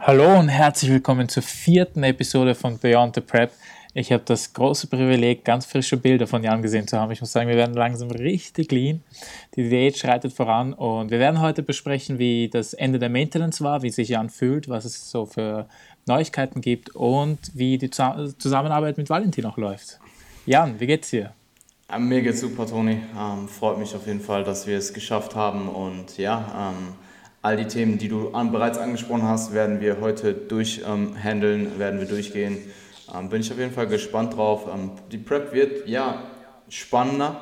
Hallo und herzlich willkommen zur 4. Episode von Beyond the Prep. Ich habe das große Privileg, ganz frische Bilder von Jan gesehen zu haben. Ich muss sagen, wir werden langsam richtig lean. Die Diät schreitet voran und wir werden heute besprechen, wie das Ende der Maintenance war, wie sich Jan fühlt, was es so für Neuigkeiten gibt und wie die Zusammenarbeit mit Valentin auch läuft. Jan, wie geht's dir? Mir geht's super, Toni. Freut mich auf jeden Fall, dass wir es geschafft haben. Und ja, all die Themen, die du bereits angesprochen hast, werden wir heute durchhandeln, werden wir durchgehen. Bin ich auf jeden Fall gespannt drauf. Die Prep wird ja spannender.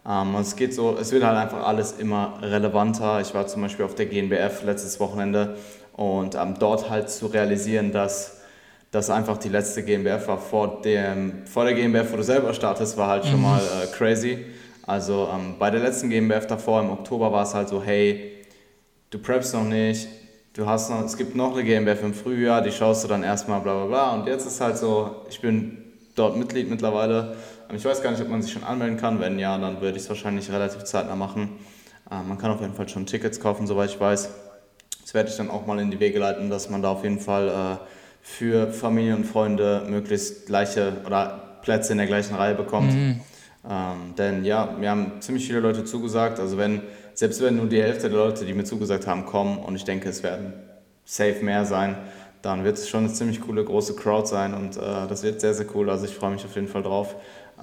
Es wird halt einfach alles immer relevanter. Ich war zum Beispiel auf der GNBF letztes Wochenende und dort halt zu realisieren, dass das einfach die letzte GmbF war vor der GmbF, wo du selber startest, war halt schon mal crazy. Also bei der letzten GmbF davor im Oktober war es halt so, hey, du preppst noch nicht, es gibt noch eine GmbF im Frühjahr, die schaust du dann erstmal bla bla bla. Und jetzt ist halt so, ich bin dort Mitglied mittlerweile. Ich weiß gar nicht, ob man sich schon anmelden kann. Wenn ja, dann würde ich es wahrscheinlich relativ zeitnah machen. Man kann auf jeden Fall schon Tickets kaufen, soweit ich weiß. Das werde ich dann auch mal in die Wege leiten, dass man da auf jeden Fall für Familie und Freunde möglichst gleiche oder Plätze in der gleichen Reihe bekommt. Denn ja, mir haben ziemlich viele Leute zugesagt. Also selbst wenn nur die Hälfte der Leute, die mir zugesagt haben, kommen, und ich denke, es werden safe mehr sein, dann wird es schon eine ziemlich coole, große Crowd sein und das wird sehr, sehr cool. Also ich freue mich auf jeden Fall drauf,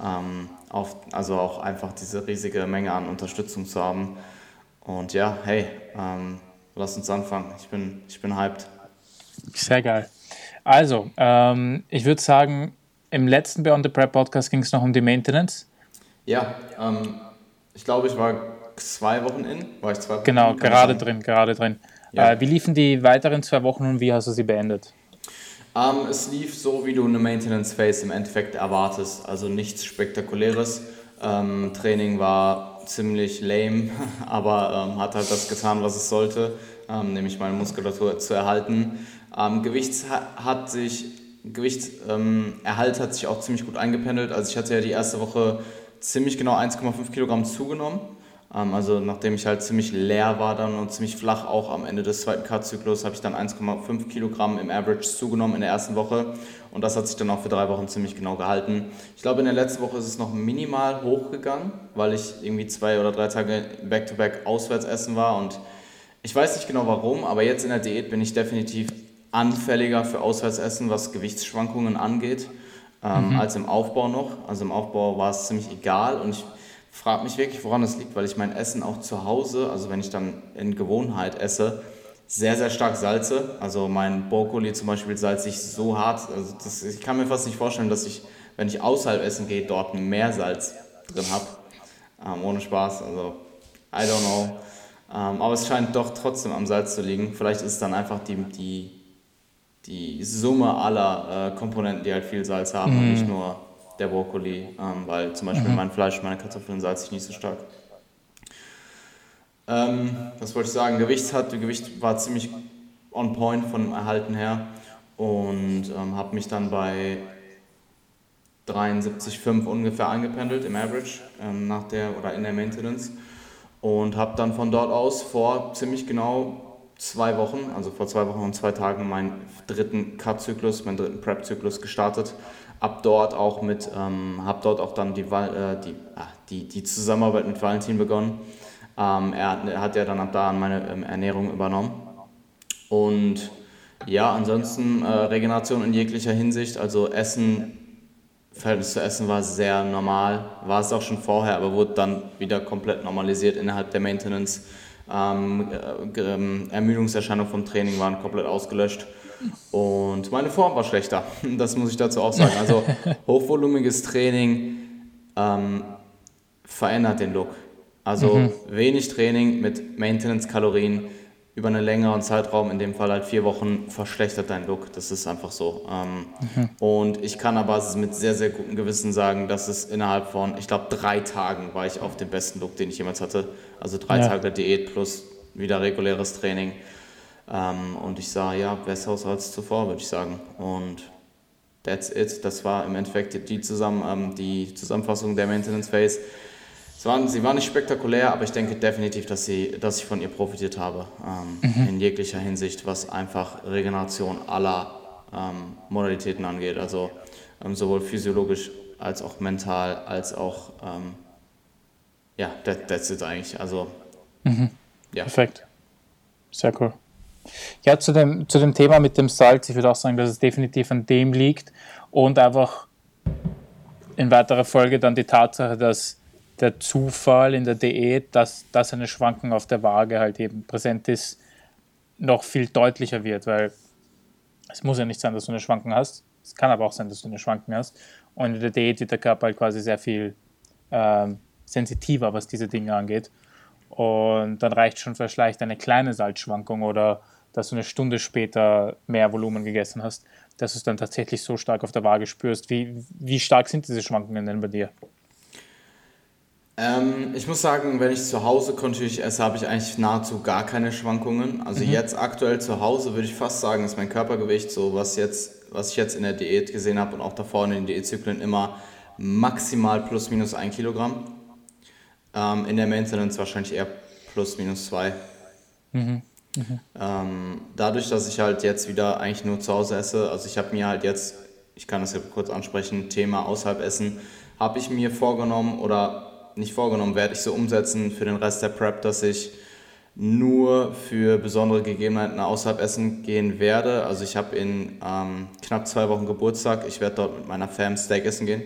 also auch einfach diese riesige Menge an Unterstützung zu haben. Und ja, hey, lass uns anfangen. Ich bin hyped. Sehr geil. Also, ich würde sagen, im letzten Beyond the Prep Podcast ging es noch um die Maintenance. Ja, ich glaube, ich war 2 Wochen in. War ich 2 Wochen Genau, in? Kann das gerade drin. Ja. Wie liefen die weiteren 2 Wochen und wie hast du sie beendet? Es lief so, wie du eine Maintenance Phase im Endeffekt erwartest, also nichts Spektakuläres. Training war ziemlich lame, aber hat halt das getan, was es sollte, nämlich meine Muskulatur zu erhalten. Gewichtserhalt hat sich auch ziemlich gut eingependelt. Also ich hatte ja die erste Woche ziemlich genau 1,5 Kilogramm zugenommen. Also nachdem ich halt ziemlich leer war dann und ziemlich flach auch am Ende des zweiten Cut-Zyklus, habe ich dann 1,5 Kilogramm im Average zugenommen in der ersten Woche. Und das hat sich dann auch für 3 Wochen ziemlich genau gehalten. Ich glaube, in der letzten Woche ist es noch minimal hochgegangen, weil ich irgendwie 2 oder 3 Tage back-to-back auswärts essen war. Und ich weiß nicht genau warum, aber jetzt in der Diät bin ich definitiv anfälliger für Auswärtsessen, was Gewichtsschwankungen angeht, als im Aufbau noch. Also im Aufbau war es ziemlich egal und ich frage mich wirklich, woran das liegt, weil ich mein Essen auch zu Hause, also wenn ich dann in Gewohnheit esse, sehr, sehr stark salze. Also mein Brokkoli zum Beispiel salze ich so hart, also ich kann mir fast nicht vorstellen, dass ich, wenn ich außerhalb essen gehe, dort mehr Salz drin habe. Ohne Spaß, also I don't know. Aber es scheint doch trotzdem am Salz zu liegen. Vielleicht ist es dann einfach die Summe aller Komponenten, die halt viel Salz haben und nicht nur der Brokkoli, weil zum Beispiel mein Fleisch, meine Kartoffeln salze ich nicht so stark. Was wollte ich sagen? Gewicht war ziemlich on point von dem Erhalten her und habe mich dann bei 73,5 ungefähr eingependelt im Average in der Maintenance und habe dann von dort aus vor ziemlich genau 2 Wochen, also vor 2 Wochen und 2 Tagen meinen dritten Cut-Zyklus, meinen dritten Prep-Zyklus gestartet. Hab dort auch dann die Zusammenarbeit mit Valentin begonnen. Er hat ja dann ab da an meine Ernährung übernommen. Und ja, ansonsten Regeneration in jeglicher Hinsicht, also Verhältnis zu Essen war sehr normal, war es auch schon vorher, aber wurde dann wieder komplett normalisiert innerhalb der Maintenance. Ermüdungserscheinungen vom Training waren komplett ausgelöscht und meine Form war schlechter, das muss ich dazu auch sagen. Also hochvolumiges Training verändert den Look. Also wenig Training mit Maintenance-Kalorien über einen längeren Zeitraum, in dem Fall halt 4 Wochen, verschlechtert deinen Look. Das ist einfach so. Und ich kann aber mit sehr, sehr gutem Gewissen sagen, dass es innerhalb von, ich glaube, 3 Tagen war ich auf dem besten Look, den ich jemals hatte. Also 3 Tage Diät plus wieder reguläres Training. Und ich sah ja besser aus als zuvor, würde ich sagen. Und that's it. Das war im Endeffekt die Zusammenfassung der Maintenance Phase. Sie waren nicht spektakulär, aber ich denke definitiv, dass ich von ihr profitiert habe, in jeglicher Hinsicht, was einfach Regeneration aller Modalitäten angeht. Also sowohl physiologisch als auch mental, als auch, ja, that's it eigentlich. Also, ja. Perfekt. Sehr cool. Ja, zu dem Thema mit dem Salz, ich würde auch sagen, dass es definitiv an dem liegt und einfach in weiterer Folge dann die Tatsache, dass der Zufall in der Diät, dass eine Schwankung auf der Waage halt eben präsent ist, noch viel deutlicher wird, weil es muss ja nicht sein, dass du eine Schwankung hast. Es kann aber auch sein, dass du eine Schwankung hast. Und in der Diät wird der Körper halt quasi sehr viel sensitiver, was diese Dinge angeht. Und dann reicht schon vielleicht eine kleine Salzschwankung oder dass du eine Stunde später mehr Volumen gegessen hast, dass du es dann tatsächlich so stark auf der Waage spürst. Wie stark sind diese Schwankungen denn bei dir? Ich muss sagen, wenn ich zu Hause kontinuierlich esse, habe ich eigentlich nahezu gar keine Schwankungen. Also jetzt aktuell zu Hause würde ich fast sagen, ist mein Körpergewicht so, was ich jetzt in der Diät gesehen habe und auch davor in den Diätzyklen immer maximal plus minus 1 Kilogramm. In der Maintenance wahrscheinlich eher plus minus 2. Dadurch, dass ich halt jetzt wieder eigentlich nur zu Hause esse, also ich habe mir halt jetzt, ich kann das ja kurz ansprechen, Thema außerhalb essen, habe ich mir vorgenommen oder nicht vorgenommen, werde ich so umsetzen für den Rest der Prep, dass ich nur für besondere Gegebenheiten außerhalb essen gehen werde. Also ich habe in knapp 2 Wochen Geburtstag, ich werde dort mit meiner Fam Steak essen gehen.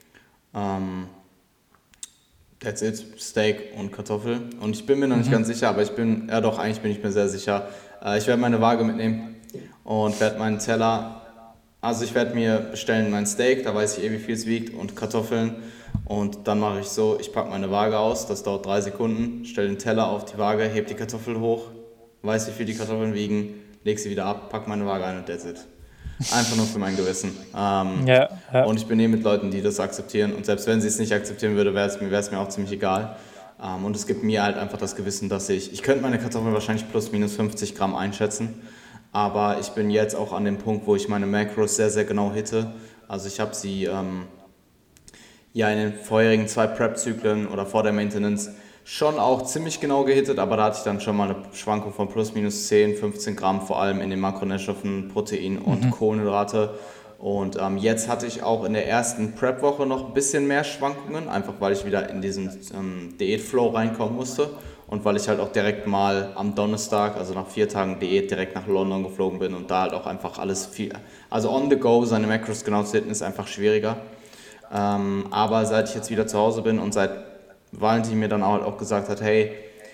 That's it, Steak und Kartoffel. Und ich bin mir noch nicht ganz sicher, aber eigentlich bin ich mir sehr sicher. Ich werde meine Waage mitnehmen und werde meinen Teller, also ich werde mir bestellen mein Steak, da weiß ich wie viel es wiegt und Kartoffeln. Und dann mache ich so, ich packe meine Waage aus, das dauert 3 Sekunden, stelle den Teller auf die Waage, heb die Kartoffel hoch, weiß wie viel die Kartoffeln wiegen, leg sie wieder ab, pack meine Waage ein und that's it. Einfach nur für mein Gewissen. Ja. Und ich bin mit Leuten, die das akzeptieren. Und selbst wenn sie es nicht akzeptieren würde, wäre es mir auch ziemlich egal. Und es gibt mir halt einfach das Gewissen, dass ich könnte meine Kartoffeln wahrscheinlich plus minus 50 Gramm einschätzen. Aber ich bin jetzt auch an dem Punkt, wo ich meine Macros sehr, sehr genau hitte. Also ich habe sie in den vorherigen 2 Prep-Zyklen oder vor der Maintenance schon auch ziemlich genau gehittet, aber da hatte ich dann schon mal eine Schwankung von plus minus 10, 15 Gramm, vor allem in den Makronährstoffen, Protein und Kohlenhydrate. Und jetzt hatte ich auch in der ersten Prep-Woche noch ein bisschen mehr Schwankungen, einfach weil ich wieder in diesen Diät-Flow reinkommen musste und weil ich halt auch direkt mal am Donnerstag, also nach 4 Tagen Diät, direkt nach London geflogen bin und da halt auch einfach alles also on the go seine Macros genau zu hitten, ist einfach schwieriger. Aber seit ich jetzt wieder zu Hause bin und seit Valentin mir dann auch gesagt hat, hey,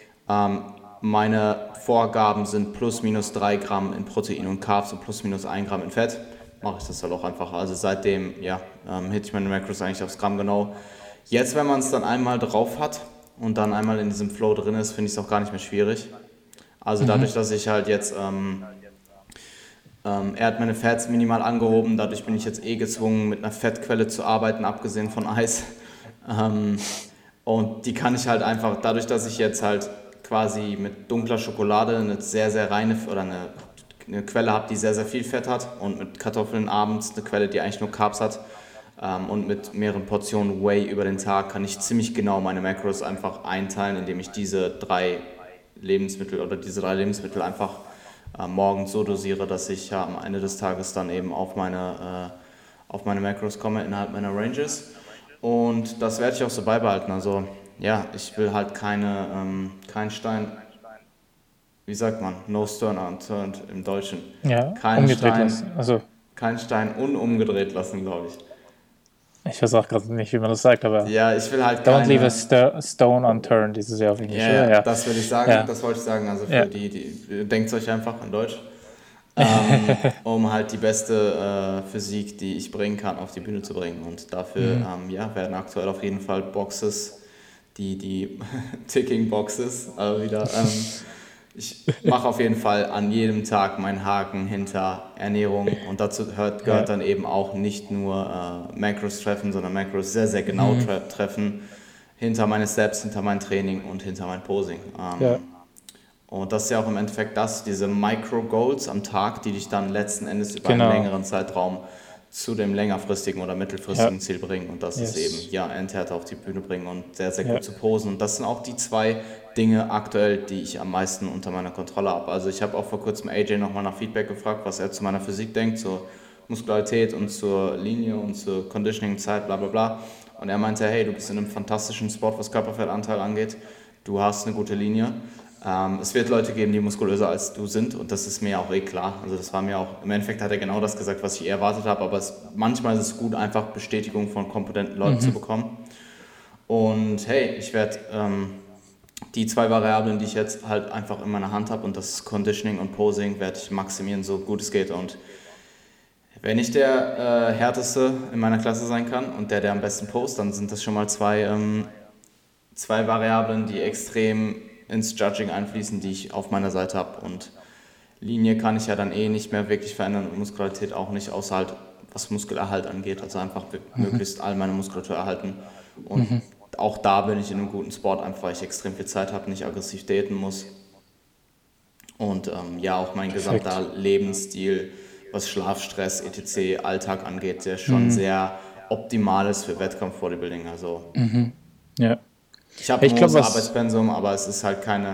meine Vorgaben sind plus minus 3 Gramm in Protein und Carbs und plus minus 1 Gramm in Fett, mache ich das halt auch einfach. Also seitdem, hitte ich meine Macros eigentlich aufs Gramm genau. Jetzt, wenn man es dann einmal drauf hat und dann einmal in diesem Flow drin ist, finde ich es auch gar nicht mehr schwierig. Also dadurch, dass ich halt jetzt... er hat meine Fats minimal angehoben, dadurch bin ich jetzt gezwungen, mit einer Fettquelle zu arbeiten, abgesehen von Eis. Und die kann ich halt einfach, dadurch, dass ich jetzt halt quasi mit dunkler Schokolade eine sehr, sehr reine oder eine Quelle habe, die sehr, sehr viel Fett hat und mit Kartoffeln abends eine Quelle, die eigentlich nur Carbs hat und mit mehreren Portionen Whey über den Tag, kann ich ziemlich genau meine Macros einfach einteilen, indem ich diese 3 Lebensmittel einfach morgens so dosiere, dass ich am Ende des Tages dann eben auf meine Macros komme innerhalb meiner Ranges. Und das werde ich auch so beibehalten. Also ja, ich will halt kein Stein, wie sagt man, no stone unturned im Deutschen. Ja, umgedreht lassen. Also, kein Stein unumgedreht lassen, glaube ich. Ich weiß auch gerade nicht, wie man das sagt, aber... Ja, ich will halt Don't leave a stone unturned, ist es ja auf Englisch. Ja, das will ich sagen, ja. Das wollte ich sagen. Also für die denkt euch einfach in Deutsch, um halt die beste Physik, die ich bringen kann, auf die Bühne zu bringen. Und dafür werden aktuell auf jeden Fall Boxes, die Ticking Boxes wieder... Ich mache auf jeden Fall an jedem Tag meinen Haken hinter Ernährung und dazu gehört dann eben auch nicht nur Macros treffen, sondern Macros sehr, sehr genau treffen hinter meine Steps, hinter mein Training und hinter mein Posing. Und das ist ja auch im Endeffekt diese Micro-Goals am Tag, die dich dann letzten Endes über einen längeren Zeitraum zu dem längerfristigen oder mittelfristigen Ziel bringen. Und das ist eben, Endhärte auf die Bühne bringen und sehr, sehr gut zu posen. Und das sind auch die 2 Dinge aktuell, die ich am meisten unter meiner Kontrolle habe. Also ich habe auch vor kurzem AJ nochmal nach Feedback gefragt, was er zu meiner Physik denkt, zur Muskularität und zur Linie und zur Conditioning-Zeit, bla bla bla. Und er meinte, hey, du bist in einem fantastischen Spot, was Körperfettanteil angeht. Du hast eine gute Linie. Es wird Leute geben, die muskulöser als du sind und das ist mir auch klar. Also das war mir auch, im Endeffekt hat er genau das gesagt, was ich erwartet habe, aber manchmal ist es gut, einfach Bestätigung von kompetenten Leuten zu bekommen. Und hey, ich werde die 2 Variablen, die ich jetzt halt einfach in meiner Hand habe und das ist Conditioning und Posing, werde ich maximieren, so gut es geht. Und wenn ich der Härteste in meiner Klasse sein kann und der am besten post, dann sind das schon mal 2 Variablen, die extrem ins Judging einfließen, die ich auf meiner Seite habe. Und Linie kann ich ja dann nicht mehr wirklich verändern und Muskularität auch nicht, außer halt, was Muskelerhalt angeht. Also einfach möglichst all meine Muskulatur erhalten. Und auch da bin ich in einem guten Spot, einfach weil ich extrem viel Zeit habe, nicht aggressiv daten muss. Und auch mein gesamter Lebensstil, was Schlafstress, etc., Alltag angeht, der schon sehr optimal ist für Wettkampf-Bodybuilding. Also ich habe ein hohes Arbeitspensum, aber es ist halt keine...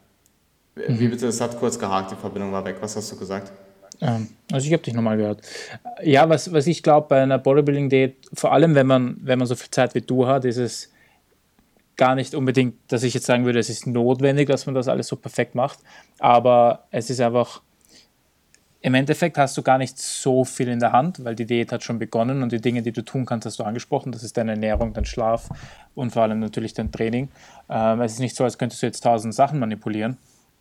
Wie bitte? Es hat kurz gehakt, die Verbindung war weg. Was hast du gesagt? Also ich habe dich nochmal gehört. Ja, was ich glaube bei einer Bodybuilding-Diät, vor allem wenn man so viel Zeit wie du hat, ist es gar nicht unbedingt, dass ich jetzt sagen würde, es ist notwendig, dass man das alles so perfekt macht, aber es ist einfach, im Endeffekt hast du gar nicht so viel in der Hand, weil die Diät hat schon begonnen und die Dinge, die du tun kannst, hast du angesprochen. Das ist deine Ernährung, dein Schlaf und vor allem natürlich dein Training. Es ist nicht so, als könntest du jetzt 1000 Sachen manipulieren.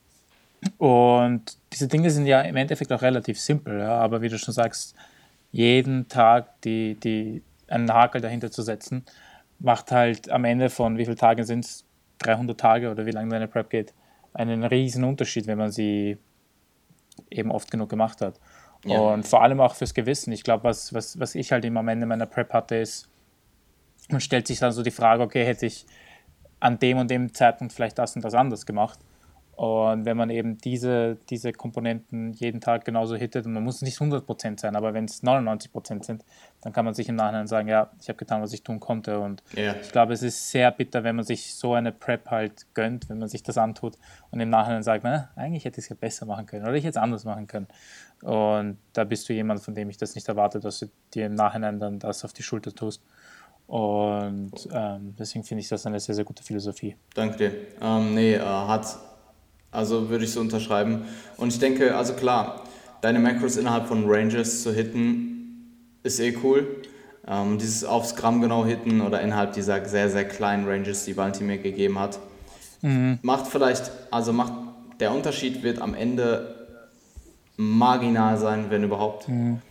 Und diese Dinge sind ja im Endeffekt auch relativ simpel, aber wie du schon sagst, jeden Tag einen Hakel dahinter zu setzen, macht halt am Ende von, wie viele Tage sind es, 300 Tage oder wie lange deine Prep geht, einen riesen Unterschied, wenn man sie eben oft genug gemacht hat. Ja. Und vor allem auch fürs Gewissen. Ich glaube, was ich halt immer am Ende meiner Prep hatte, ist, man stellt sich dann so die Frage, okay, hätte ich an dem und dem Zeitpunkt vielleicht das und das anders gemacht. Und wenn man eben diese Komponenten jeden Tag genauso hittet, und man muss nicht 100% sein, aber wenn es 99% sind, dann kann man sich im Nachhinein sagen, ja, ich habe getan, was ich tun konnte. Und ich glaube, es ist sehr bitter, wenn man sich so eine Prep halt gönnt, wenn man sich das antut und im Nachhinein sagt, eigentlich hätte ich es ja besser machen können oder ich hätte es anders machen können. Und da bist du jemand, von dem ich das nicht erwarte, dass du dir im Nachhinein dann das auf die Schulter tust. Und deswegen finde ich das eine sehr, sehr gute Philosophie. Danke dir. Also würde ich so unterschreiben. Und ich denke, also klar, deine Macros innerhalb von Ranges zu hitten, ist cool. Dieses aufs Gramm genau hitten oder innerhalb dieser sehr, sehr kleinen Ranges, die Valentin mir gegeben hat, macht der Unterschied wird am Ende marginal sein, wenn überhaupt.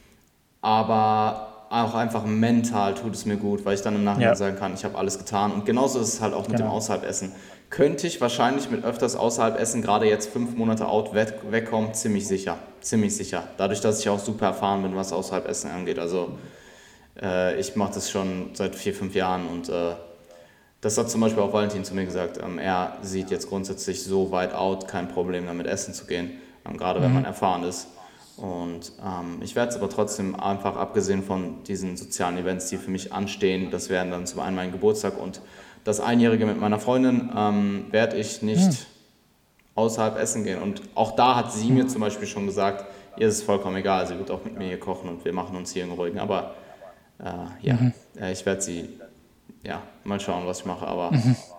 Aber auch einfach mental tut es mir gut, weil ich dann im Nachhinein sagen kann, ich habe alles getan. Und genauso ist es halt auch mit dem Außerhalbessen. Könnte ich wahrscheinlich mit öfters außerhalb essen, gerade jetzt 5 Monate out wegkommen, ziemlich sicher. Dadurch, dass ich auch super erfahren bin, was außerhalb Essen angeht. Also ich mache das schon seit 4-5 Jahren und das hat zum Beispiel auch Valentin zu mir gesagt. Er sieht jetzt grundsätzlich so weit out kein Problem damit essen zu gehen, gerade wenn man erfahren ist. Und ich werde es aber trotzdem einfach, abgesehen von diesen sozialen Events, die für mich anstehen, das wären dann zum einen mein Geburtstag und das Einjährige mit meiner Freundin, werde ich nicht außerhalb essen gehen. Und auch da hat sie mir zum Beispiel schon gesagt, ihr ist es vollkommen egal, sie wird auch mit mir hier kochen und wir machen uns hier einen ruhigen. Aber ich werde sie, mal schauen, was ich mache. Aber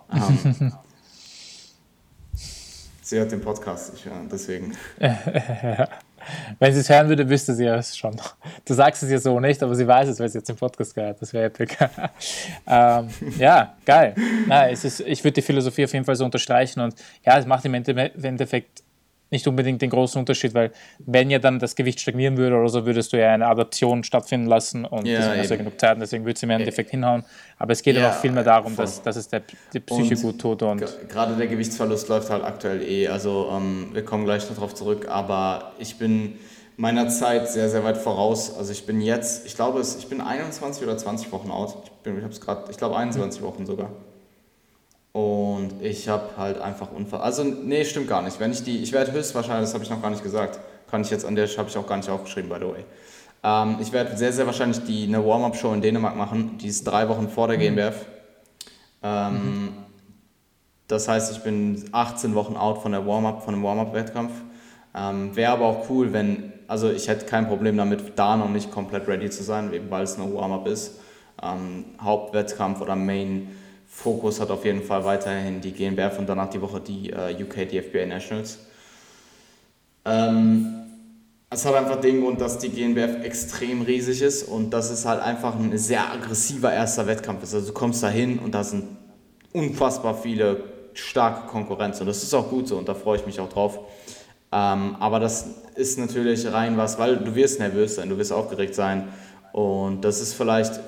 sie hört den Podcast, deswegen. Wenn sie es hören würde, wüsste sie es schon. Du sagst es ja so nicht, aber sie weiß es, weil sie jetzt den Podcast gehört. Das wäre epic. Geil. Ich würde die Philosophie auf jeden Fall so unterstreichen. Und es macht im Endeffekt nicht unbedingt den großen Unterschied, weil wenn ja dann das Gewicht stagnieren würde oder so, würdest du ja eine Adaption stattfinden lassen und deswegen hast du ja genug Zeit und deswegen würde es im Endeffekt hinhauen. Aber es geht aber auch viel mehr darum, dass es die Psyche gut tut. Und gerade der Gewichtsverlust läuft halt aktuell also wir kommen gleich noch drauf zurück, aber ich bin meiner Zeit sehr, sehr weit voraus. Also ich bin jetzt, ich bin 21 oder 20 Wochen out. Ich glaube 21 Wochen sogar. Und ich habe halt einfach stimmt gar nicht. Ich werde höchstwahrscheinlich, das habe ich noch gar nicht gesagt, habe ich auch gar nicht aufgeschrieben, by the way. Ich werde sehr, sehr wahrscheinlich eine Warm-Up-Show in Dänemark machen. Die ist 3 Wochen vor der GNBF. Das heißt, ich bin 18 Wochen out von dem Warm-Up-Wettkampf. Wäre aber auch cool, also ich hätte kein Problem damit, da noch nicht komplett ready zu sein, eben weil es eine Warm-Up ist. Hauptwettkampf oder Main-Fokus hat auf jeden Fall weiterhin die GNBF und danach die Woche die UK DFBA Nationals. Es hat einfach den Grund, dass die GNBF extrem riesig ist und dass es halt einfach ein sehr aggressiver erster Wettkampf ist. Also du kommst da hin und da sind unfassbar viele starke Konkurrenz und das ist auch gut so und da freue ich mich auch drauf. Aber das ist natürlich rein was, weil du wirst nervös sein, du wirst aufgeregt sein und das ist vielleicht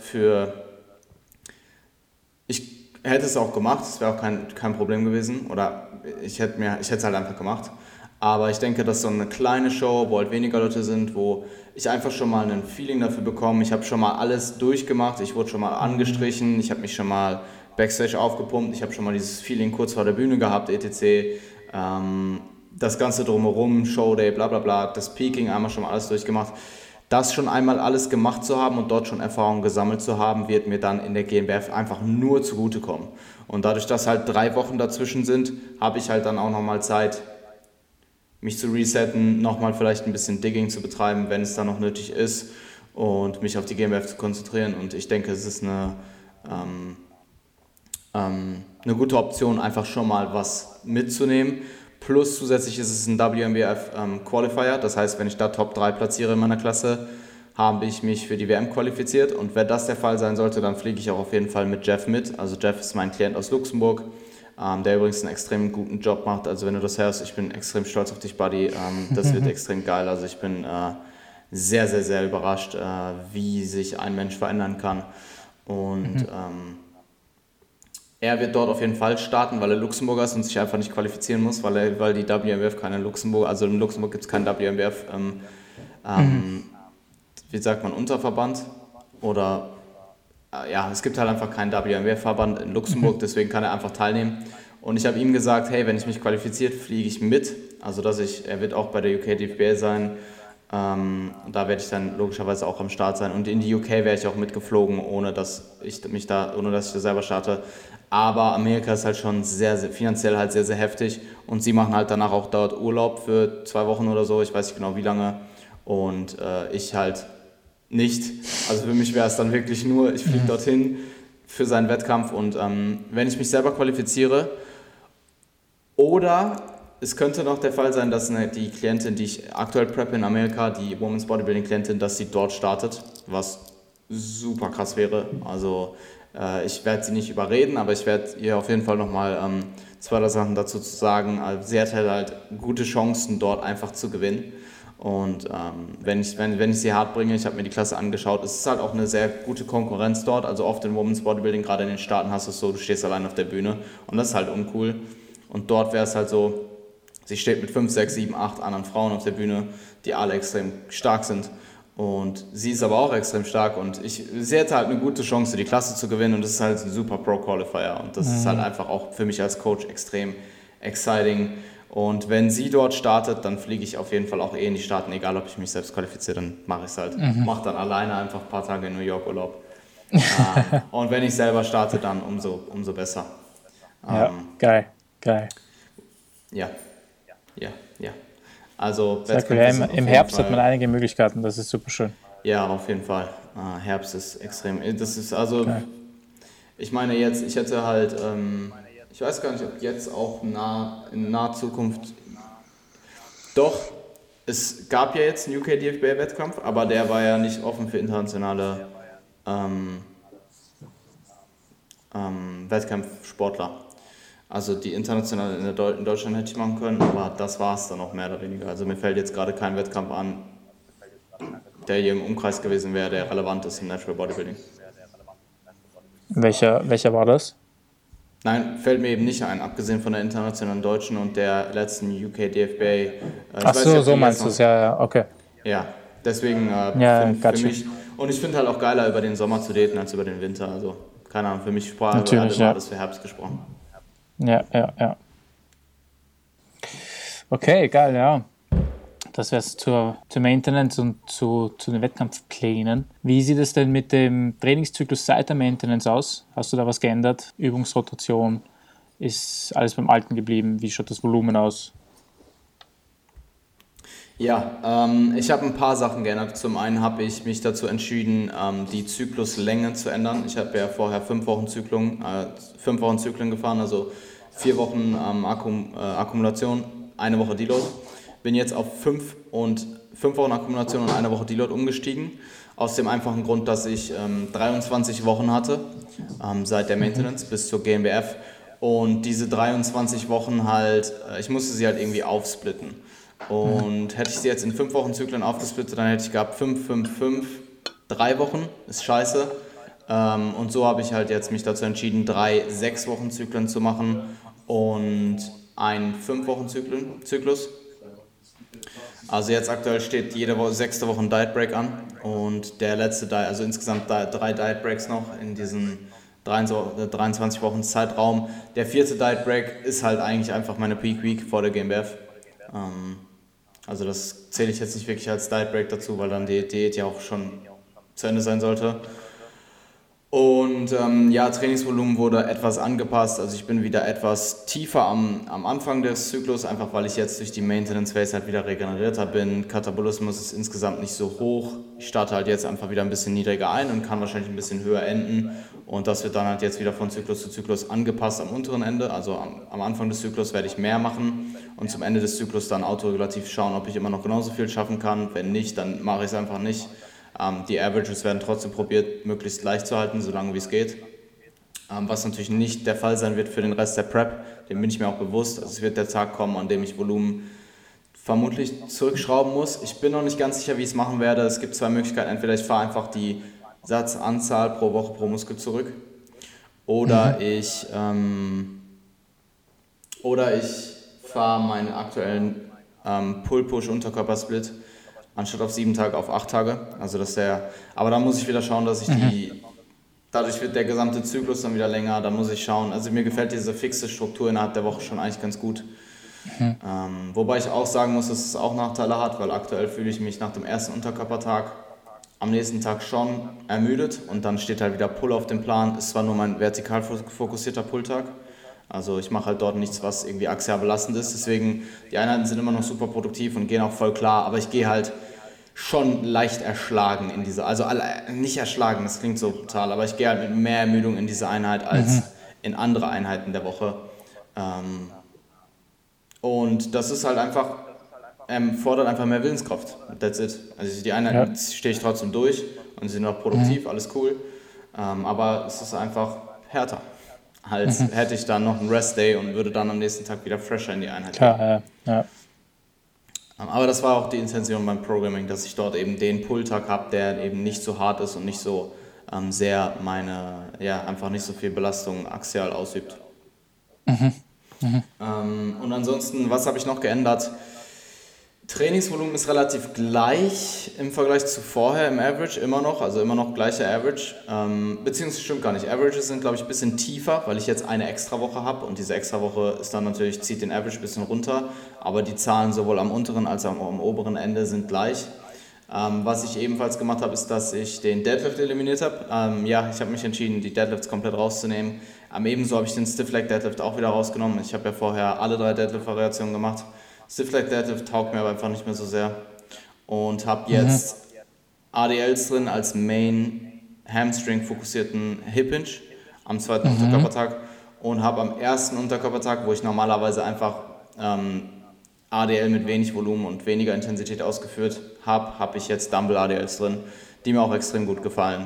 ich hätte es auch gemacht, es wäre auch kein Problem gewesen oder ich hätte es halt einfach gemacht. Aber ich denke, dass so eine kleine Show, wo halt weniger Leute sind, wo ich einfach schon mal ein Feeling dafür bekomme, ich habe schon mal alles durchgemacht, ich wurde schon mal angestrichen, ich habe mich schon mal Backstage aufgepumpt, ich habe schon mal dieses Feeling kurz vor der Bühne gehabt, etc. Das Ganze drumherum, Showday, bla bla bla, das Peaking, einmal schon mal alles durchgemacht. Das schon einmal alles gemacht zu haben und dort schon Erfahrungen gesammelt zu haben, wird mir dann in der GNBF einfach nur zugutekommen. Und dadurch, dass halt 3 Wochen dazwischen sind, habe ich halt dann auch nochmal Zeit, mich zu resetten, nochmal vielleicht ein bisschen Digging zu betreiben, wenn es dann noch nötig ist und mich auf die GNBF zu konzentrieren. Und ich denke, es ist eine gute Option, einfach schon mal was mitzunehmen. Plus zusätzlich ist es ein WNBF Qualifier, das heißt, wenn ich da Top 3 platziere in meiner Klasse, habe ich mich für die WM qualifiziert. Und wenn das der Fall sein sollte, dann fliege ich auch auf jeden Fall mit Jeff mit. Also Jeff ist mein Klient aus Luxemburg, der übrigens einen extrem guten Job macht. Also wenn du das hörst, ich bin extrem stolz auf dich, Buddy. Das wird extrem geil. Also ich bin sehr, sehr, sehr überrascht, wie sich ein Mensch verändern kann. Und er wird dort auf jeden Fall starten, weil er Luxemburger ist und sich einfach nicht qualifizieren muss, weil die WNBF keine Luxemburg, also in Luxemburg gibt es keinen WNBF, wie sagt man, Unterverband oder es gibt halt einfach keinen WNBF-Verband in Luxemburg, deswegen kann er einfach teilnehmen. Und ich habe ihm gesagt, hey, wenn ich mich qualifiziert, fliege ich mit. Also er wird auch bei der UK DFBA sein. Da werde ich dann logischerweise auch am Start sein. Und in die UK wäre ich auch mitgeflogen, ohne dass ich da selber starte. Aber Amerika ist halt schon sehr, sehr finanziell halt sehr, sehr heftig. Und sie machen halt danach auch dort Urlaub für 2 Wochen oder so. Ich weiß nicht genau wie lange. Und ich halt nicht. Also für mich wäre es dann wirklich nur, ich fliege dorthin für seinen Wettkampf und wenn ich mich selber qualifiziere oder es könnte noch der Fall sein, dass die Klientin, die ich aktuell preppe in Amerika, die Women's Bodybuilding Klientin, dass sie dort startet, was super krass wäre. Also ich werde sie nicht überreden, aber ich werde ihr auf jeden Fall nochmal 2 Sachen dazu zu sagen. Also sie hat halt gute Chancen, dort einfach zu gewinnen. Und wenn ich sie hart bringe, ich habe mir die Klasse angeschaut, es ist halt auch eine sehr gute Konkurrenz dort. Also oft in Women's Bodybuilding, gerade in den Staaten, hast du es so, du stehst allein auf der Bühne und das ist halt uncool. Und dort wäre es halt so, sie steht mit 5, 6, 7, 8 anderen Frauen auf der Bühne, die alle extrem stark sind. Und sie ist aber auch extrem stark und sie hätte halt eine gute Chance, die Klasse zu gewinnen und das ist halt ein super Pro-Qualifier. Und das ist halt einfach auch für mich als Coach extrem exciting. Und wenn sie dort startet, dann fliege ich auf jeden Fall auch in die Staaten, egal ob ich mich selbst qualifiziere, dann mache ich es halt. Mache dann alleine einfach ein paar Tage in New York Urlaub. Und wenn ich selber starte, dann umso besser. Ja, geil. Ja. Also im Herbst hat man einige Möglichkeiten, das ist super schön. Ja, auf jeden Fall. Herbst ist extrem. Das ist also, ich meine jetzt, ich hätte halt, ich weiß gar nicht, ob jetzt auch in naher Zukunft, doch, es gab ja jetzt einen UK DFBA-Wettkampf, aber der war ja nicht offen für internationale Wettkampfsportler. Also die internationale in Deutschland hätte ich machen können, aber das war es dann auch mehr oder weniger. Also mir fällt jetzt gerade kein Wettkampf an, der hier im Umkreis gewesen wäre, der relevant ist im Natural Bodybuilding. Welcher war das? Nein, fällt mir eben nicht ein, abgesehen von der internationalen Deutschen und der letzten UK DFBA. Ach so meinst du es, ja, okay. Ja, deswegen für mich, und ich finde halt auch geiler, über den Sommer zu daten, als über den Winter. Also, keine Ahnung, für mich war alles für Herbst gesprochen. Ja. Okay, geil, ja. Das wäre zur Maintenance und zu den Wettkampfplänen. Wie sieht es denn mit dem Trainingszyklus seit der Maintenance aus? Hast du da was geändert? Übungsrotation? Ist alles beim Alten geblieben? Wie schaut das Volumen aus? Ja, ich habe ein paar Sachen geändert. Zum einen habe ich mich dazu entschieden, die Zykluslänge zu ändern. Ich habe ja vorher 5 Wochen Zyklen gefahren, also 4 Wochen Akkumulation, eine Woche Deload. Bin jetzt auf 5 Wochen Akkumulation und eine Woche Deload umgestiegen. Aus dem einfachen Grund, dass ich 23 Wochen hatte, seit der Maintenance bis zur GmbF. Und diese 23 Wochen halt, ich musste sie halt irgendwie aufsplitten. Und hätte ich sie jetzt in 5 Wochen Zyklen aufgesplittet, dann hätte ich gehabt 5, 5, 5, 3 Wochen, ist scheiße. Und so habe ich halt jetzt mich dazu entschieden, 3 6 Wochen Zyklen zu machen und einen 5 Wochen Zyklus. Also jetzt aktuell steht jede Woche, 6. Woche ein Diet Break an und der letzte Diet, also insgesamt 3 Diet Breaks noch in diesen 23 Wochen Zeitraum. Der 4. Diet Break ist halt eigentlich einfach meine Peak Week vor der GmbF. Also das zähle ich jetzt nicht wirklich als Diet Break dazu, weil dann die Diät ja auch schon zu Ende sein sollte. Und Trainingsvolumen wurde etwas angepasst, also ich bin wieder etwas tiefer am Anfang des Zyklus, einfach weil ich jetzt durch die Maintenance Phase halt wieder regenerierter bin. Katabolismus ist insgesamt nicht so hoch. Ich starte halt jetzt einfach wieder ein bisschen niedriger ein und kann wahrscheinlich ein bisschen höher enden. Und das wird dann halt jetzt wieder von Zyklus zu Zyklus angepasst am unteren Ende. Also am Anfang des Zyklus werde ich mehr machen und zum Ende des Zyklus dann autoregulativ schauen, ob ich immer noch genauso viel schaffen kann. Wenn nicht, dann mache ich es einfach nicht. Die Averages werden trotzdem probiert, möglichst leicht zu halten, solange wie es geht. Was natürlich nicht der Fall sein wird für den Rest der Prep, dem bin ich mir auch bewusst. Also es wird der Tag kommen, an dem ich Volumen vermutlich zurückschrauben muss. Ich bin noch nicht ganz sicher, wie ich es machen werde. Es gibt 2 Möglichkeiten. Entweder ich fahre einfach die Satzanzahl pro Woche pro Muskel zurück oder ich fahre meinen aktuellen Pull-Push-Unterkörpersplit anstatt auf 7 Tage auf 8 Tage. Also aber da muss ich wieder schauen, dass ich dadurch wird der gesamte Zyklus dann wieder länger, da muss ich schauen. Also mir gefällt diese fixe Struktur innerhalb der Woche schon eigentlich ganz gut. Wobei ich auch sagen muss, dass es auch Nachteile hat, weil aktuell fühle ich mich nach dem ersten Unterkörpertag am nächsten Tag schon ermüdet und dann steht halt wieder Pull auf dem Plan. Ist zwar nur mein vertikal fokussierter Pull-Tag, also ich mache halt dort nichts, was irgendwie axial belastend ist, deswegen die Einheiten sind immer noch super produktiv und gehen auch voll klar, aber ich gehe halt schon leicht erschlagen in diese, also nicht erschlagen, das klingt so brutal, aber ich gehe halt mit mehr Ermüdung in diese Einheit als in andere Einheiten der Woche. Und das ist halt einfach, fordert einfach mehr Willenskraft. That's it. Also die Einheiten stehe ich trotzdem durch und sie sind auch produktiv, alles cool. Aber es ist einfach härter, als hätte ich dann noch einen Rest-Day und würde dann am nächsten Tag wieder fresher in die Einheit gehen. Klar, ja. Aber das war auch die Intention beim Programming, dass ich dort eben den Pull-Tag habe, der eben nicht so hart ist und nicht so sehr einfach nicht so viel Belastung axial ausübt. Und ansonsten, was habe ich noch geändert? Trainingsvolumen ist relativ gleich im Vergleich zu vorher im Average, immer noch gleicher Average. Beziehungsweise stimmt gar nicht. Averages sind, glaube ich, ein bisschen tiefer, weil ich jetzt eine Extrawoche habe und diese Extrawoche ist dann natürlich, zieht den Average ein bisschen runter, aber die Zahlen sowohl am unteren als auch am oberen Ende sind gleich. Was ich ebenfalls gemacht habe, ist, dass ich den Deadlift eliminiert habe. Ich habe mich entschieden, die Deadlifts komplett rauszunehmen. Ebenso habe ich den Stiff Leg Deadlift auch wieder rausgenommen. Ich habe ja vorher alle 3 Deadlift-Variationen gemacht. Stiff Leg Deadlift taugt mir aber einfach nicht mehr so sehr. Und habe jetzt ADLs drin als Main Hamstring fokussierten Hip Hinge am 2. Unterkörpertag und habe am 1. Unterkörpertag, wo ich normalerweise einfach ADL mit wenig Volumen und weniger Intensität ausgeführt habe ich jetzt Dumbbell ADLs drin, die mir auch extrem gut gefallen.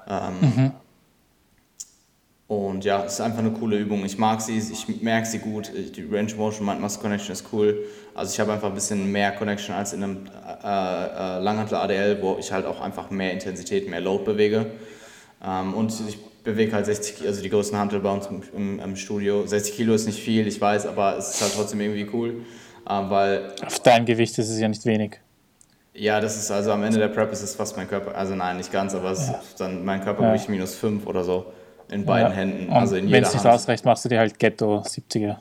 Und ja, es ist einfach eine coole Übung. Ich mag sie, ich merke sie gut. Die Range Motion Mind-Muscle Connection ist cool. Also ich habe einfach ein bisschen mehr Connection als in einem Langhantel ADL, wo ich halt auch einfach mehr Intensität, mehr Load bewege. Und ich bewege halt 60 Kilo, also die größten Hantel bei uns im Studio. 60 Kilo ist nicht viel, ich weiß, aber es ist halt trotzdem irgendwie cool. Weil auf dein Gewicht ist es ja nicht wenig. Ja, das ist also am Ende der Prep ist es fast mein Körper, also nein, nicht ganz, aber es ist dann mein Körpergewicht -5 oder so in beiden Händen, und also in jeder Hand. Wenn es nicht ausreicht, machst du dir halt Ghetto 70er.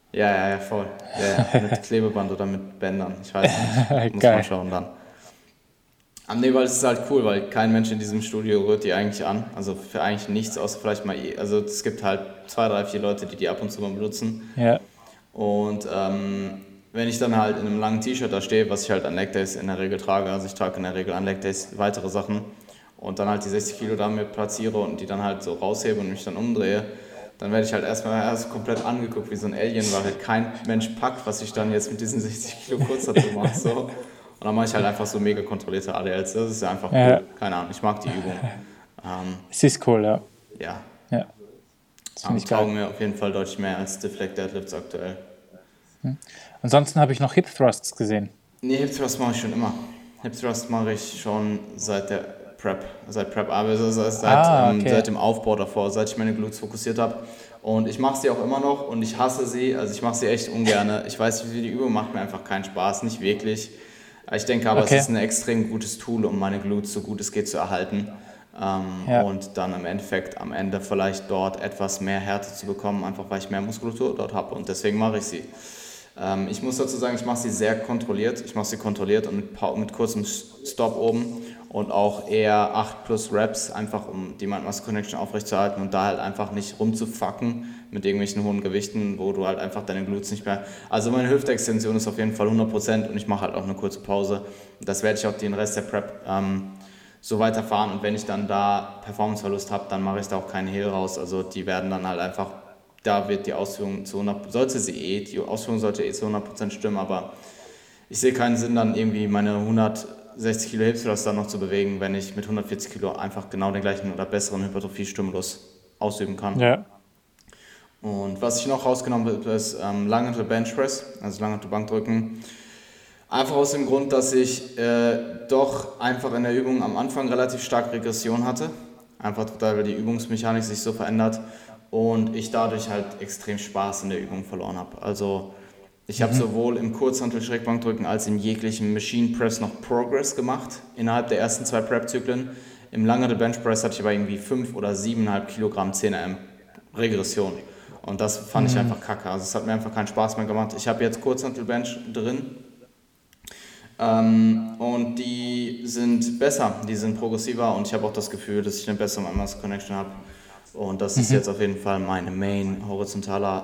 Ja, voll. Ja, mit Klebeband oder mit Bändern. Ich weiß nicht. Muss man Geil. schauen dann. Nee, weil es ist halt cool, weil kein Mensch in diesem Studio rührt die eigentlich an. Also für eigentlich nichts, außer vielleicht mal, also es gibt halt 2, 3, 4 Leute, die ab und zu mal benutzen. Ja, Und wenn ich dann halt in einem langen T-Shirt da stehe, was ich halt an Leg Days in der Regel trage, also ich trage in der Regel an Leg Days weitere Sachen und dann halt die 60 Kilo da mit platziere und die dann halt so raushebe und mich dann umdrehe, dann werde ich halt erst komplett angeguckt wie so ein Alien, weil halt kein Mensch packt, was ich dann jetzt mit diesen 60 Kilo kurz dazu mache. So. Und dann mache ich halt einfach so mega kontrollierte ADLs. Das ist ja einfach ja, cool. Keine Ahnung, ich mag die Übung. es ist cool, ja. Ja, Ja, das finde ich geil. taugen mir auf jeden Fall deutlich mehr als Stiff Leg Deadlifts aktuell. Ansonsten habe ich noch Hip Thrusts gesehen. Nee, Hip Thrust mache ich schon immer. Hip Thrust mache ich schon seit der Prep. Seit Prep, aber Okay. seit dem Aufbau davor, seit ich meine Glutes fokussiert habe. Und ich mache sie auch immer noch und ich hasse sie. Also ich mache sie echt ungern. Ich weiß nicht, wie die Übung macht mir einfach keinen Spaß, nicht wirklich. Ich denke aber, Okay. es ist ein extrem gutes Tool, um meine Glutes so gut es geht zu erhalten. Ja. Und dann im Endeffekt am Ende vielleicht dort etwas mehr Härte zu bekommen, einfach weil ich mehr Muskulatur dort habe und deswegen mache ich sie. Ich muss dazu sagen, ich mache sie sehr kontrolliert. Ich mache sie kontrolliert und mit kurzem Stop oben und auch eher 8 plus Reps, einfach um die Mind-Muscle-Connection aufrechtzuerhalten und da halt einfach nicht rumzufucken mit irgendwelchen hohen Gewichten, wo du halt einfach deine Glutes nicht mehr... Also meine Hüftextension ist auf jeden Fall 100% und ich mache halt auch eine kurze Pause. Das werde ich auch den Rest der Prep so weiterfahren und wenn ich dann da Performanceverlust habe, dann mache ich da auch keinen Hehl raus. Also die werden dann halt einfach... Da wird die Ausführung zu 100%, die Ausführung sollte zu 100% stimmen, aber ich sehe keinen Sinn, dann irgendwie meine 160 Kilo Hip Thrust dann noch zu bewegen, wenn ich mit 140 Kilo einfach genau den gleichen oder besseren Hypertrophie-Stimulus ausüben kann. Ja. Und was ich noch rausgenommen habe, ist Langhantel Bench Press, also Langhantel Bankdrücken. Einfach aus dem Grund, dass ich doch einfach in der Übung am Anfang relativ stark Regression hatte. Einfach total, weil die Übungsmechanik sich so verändert und ich dadurch halt extrem Spaß in der Übung verloren habe. Also ich habe sowohl im Kurzhantel-Schrägbankdrücken als im jeglichen Machine Press noch Progress gemacht innerhalb der ersten 2 Prep-Zyklen. Im Langhantel Bench Press hatte ich aber irgendwie 5 oder 7,5 Kilogramm 10 Regression. Und das fand ich einfach kacke. Also es hat mir einfach keinen Spaß mehr gemacht. Ich habe jetzt Kurzhantel Bench drin. Und die sind besser, die sind progressiver und ich habe auch das Gefühl, dass ich eine bessere Muscle Connection habe. Und das ist jetzt auf jeden Fall meine Main horizontale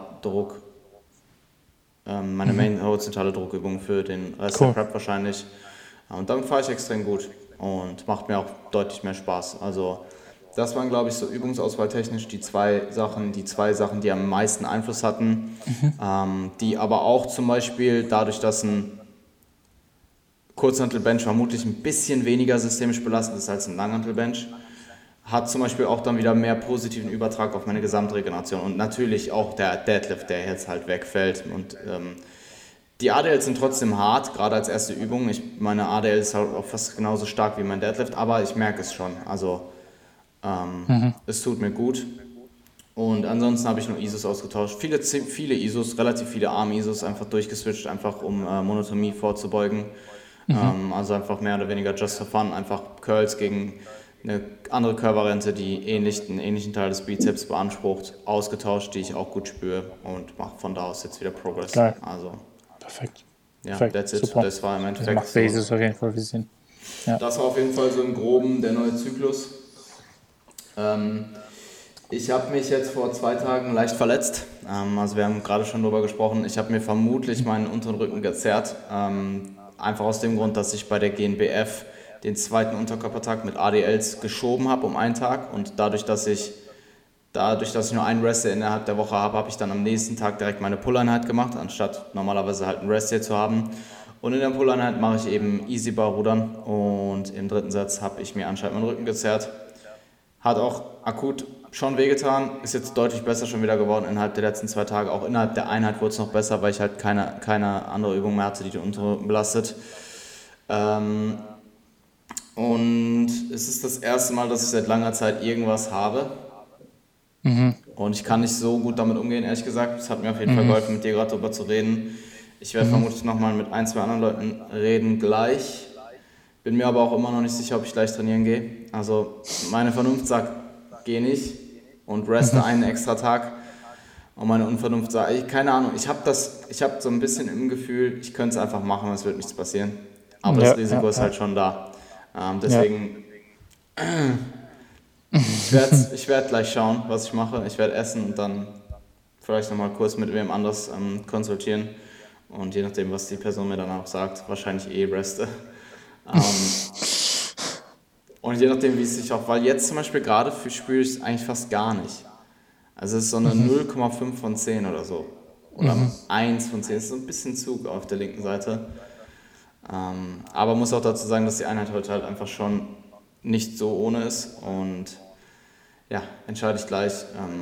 Druckübung für den Rest der Prep wahrscheinlich. Und damit fahre ich extrem gut und macht mir auch deutlich mehr Spaß. Also das waren, glaube ich, so übungsauswahltechnisch die zwei Sachen, die am meisten Einfluss hatten. Die aber auch zum Beispiel dadurch, dass ein Kurzhantelbench vermutlich ein bisschen weniger systemisch belastet ist als ein Langhantelbench, hat zum Beispiel auch dann wieder mehr positiven Übertrag auf meine Gesamtregeneration und natürlich auch der Deadlift, der jetzt halt wegfällt und die ADLs sind trotzdem hart, gerade als erste Übung. Meine ADL ist halt auch fast genauso stark wie mein Deadlift, aber ich merke es schon, also es tut mir gut. Und ansonsten habe ich nur ISOs ausgetauscht, viele ISOs, relativ viele Arm-ISOs einfach durchgeswitcht, einfach um Monotonie vorzubeugen. Also einfach mehr oder weniger just for fun, einfach Curls gegen eine andere Curl-Variante, die einen ähnlichen Teil des Bizeps beansprucht, ausgetauscht, die ich auch gut spüre und mache von da aus jetzt wieder Progress. Geil. Also, Perfekt. ja, Perfekt. that's it. Super. Das war im Das Endeffekt macht Basis auf jeden Fall viel Sinn. Ja. Das war auf jeden Fall so im Groben der neue Zyklus. Ich habe mich jetzt vor 2 Tagen leicht verletzt. Also wir haben gerade schon darüber gesprochen. Ich habe mir vermutlich meinen unteren Rücken gezerrt. Einfach aus dem Grund, dass ich bei der GNBF den zweiten Unterkörpertag mit ADLs geschoben habe um einen Tag und dadurch, dass ich nur einen Rest innerhalb der Woche habe, habe ich dann am nächsten Tag direkt meine Pull-Einheit gemacht, anstatt normalerweise halt einen Rest Day zu haben. Und in der Pull-Einheit mache ich eben Easy Bar Rudern und im dritten Satz habe ich mir anscheinend meinen Rücken gezerrt. Hat auch akut schon wehgetan, ist jetzt deutlich besser schon wieder geworden innerhalb der letzten 2 Tage. Auch innerhalb der Einheit wurde es noch besser, weil ich halt keine andere Übung mehr hatte, die den unteren Rücken belastet. Und es ist das erste Mal, dass ich seit langer Zeit irgendwas habe. Und ich kann nicht so gut damit umgehen, ehrlich gesagt. Es hat mir auf jeden Fall geholfen, mit dir gerade darüber zu reden. Ich werde vermutlich nochmal mit 1, 2 anderen Leuten reden gleich. Bin mir aber auch immer noch nicht sicher, ob ich gleich trainieren gehe. Also meine Vernunft sagt, geh nicht und reste einen extra Tag. Und meine Unvernunft sagt, keine Ahnung, ich habe so ein bisschen im Gefühl, ich könnte es einfach machen, es wird nichts passieren. Aber das Risiko ist halt schon da. Deswegen, ich werd gleich schauen, was ich mache. Ich werde essen und dann vielleicht nochmal kurz mit wem anders konsultieren. Und je nachdem, was die Person mir dann auch sagt, wahrscheinlich reste. Und je nachdem, wie es sich auch, weil jetzt zum Beispiel gerade spüre ich es eigentlich fast gar nicht. Also es ist so eine 0,5 von 10 oder so. Oder 1 von 10. Es ist so ein bisschen Zug auf der linken Seite. Aber muss auch dazu sagen, dass die Einheit heute halt einfach schon nicht so ohne ist. Und ja, entscheide ich gleich.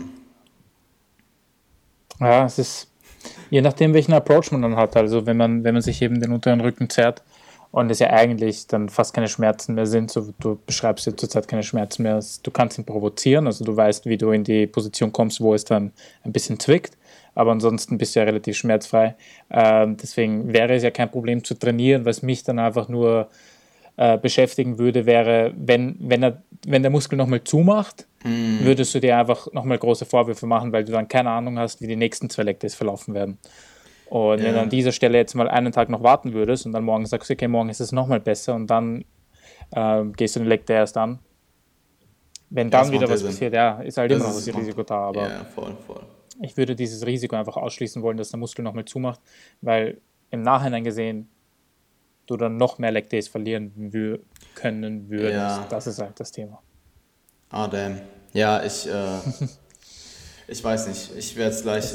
Ja, es ist je nachdem, welchen Approach man dann hat. Also wenn man sich eben den unteren Rücken zerrt und es ja eigentlich dann fast keine Schmerzen mehr sind, so du beschreibst ja zurzeit keine Schmerzen mehr, du kannst ihn provozieren, also du weißt, wie du in die Position kommst, wo es dann ein bisschen zwickt, aber ansonsten bist du ja relativ schmerzfrei. Deswegen wäre es ja kein Problem zu trainieren. Was mich dann einfach nur beschäftigen würde, wäre, wenn der Muskel nochmal zumacht, würdest du dir einfach nochmal große Vorwürfe machen, weil du dann keine Ahnung hast, wie die nächsten 2 Leg Days verlaufen werden. Und wenn du an dieser Stelle jetzt mal einen Tag noch warten würdest und dann morgen sagst, okay, morgen ist es nochmal besser und dann gehst du den Leg Day erst an. Wenn dann wieder was passiert, ja, ist halt immer noch das Risiko da. Aber ja, voll. ich würde dieses Risiko einfach ausschließen wollen, dass der Muskel nochmal zumacht, weil im Nachhinein gesehen du dann noch mehr Leg Days verlieren können würdest. Ja. Das ist halt das Thema. Ah, damn. Ja, ich weiß nicht. Ich werde es gleich...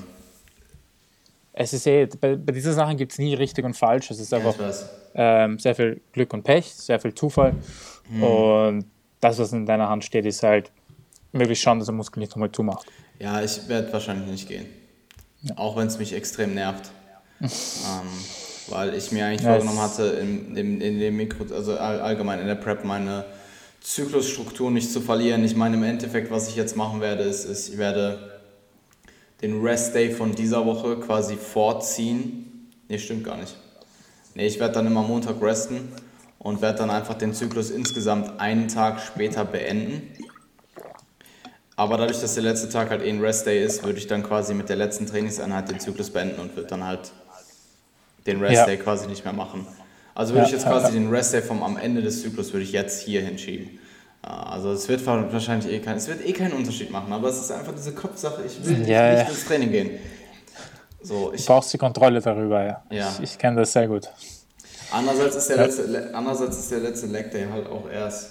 Es ist bei dieser Sachen gibt es nie richtig und falsch. Es ist einfach sehr viel Glück und Pech, sehr viel Zufall. Und das, was in deiner Hand steht, ist halt möglichst schauen, dass der Muskel nicht nochmal zumacht. Ja, ich werde wahrscheinlich nicht gehen. Ja. Auch wenn es mich extrem nervt. Weil ich mir eigentlich vorgenommen hatte, in dem Mikro, also allgemein in der Prep, meine Zyklusstruktur nicht zu verlieren. Ich meine, im Endeffekt, was ich jetzt machen werde, ist ich werde den Rest Day von dieser Woche quasi vorziehen. Nee, stimmt gar nicht. Nee, ich werde dann immer Montag resten und werde dann einfach den Zyklus insgesamt einen Tag später beenden. Aber dadurch, dass der letzte Tag halt ein Rest Day ist, würde ich dann quasi mit der letzten Trainingseinheit den Zyklus beenden und würde dann halt den Rest Day quasi nicht mehr machen. Also würde ich jetzt quasi den Rest Day am Ende des Zyklus würde ich jetzt hier hinschieben. Also es wird wahrscheinlich keinen Unterschied machen, aber es ist einfach diese Kopfsache, ich will nicht ins Training gehen. So, du brauchst die Kontrolle darüber, ja. Ich kenne das sehr gut. Andererseits ist der letzte Leg Day halt auch erst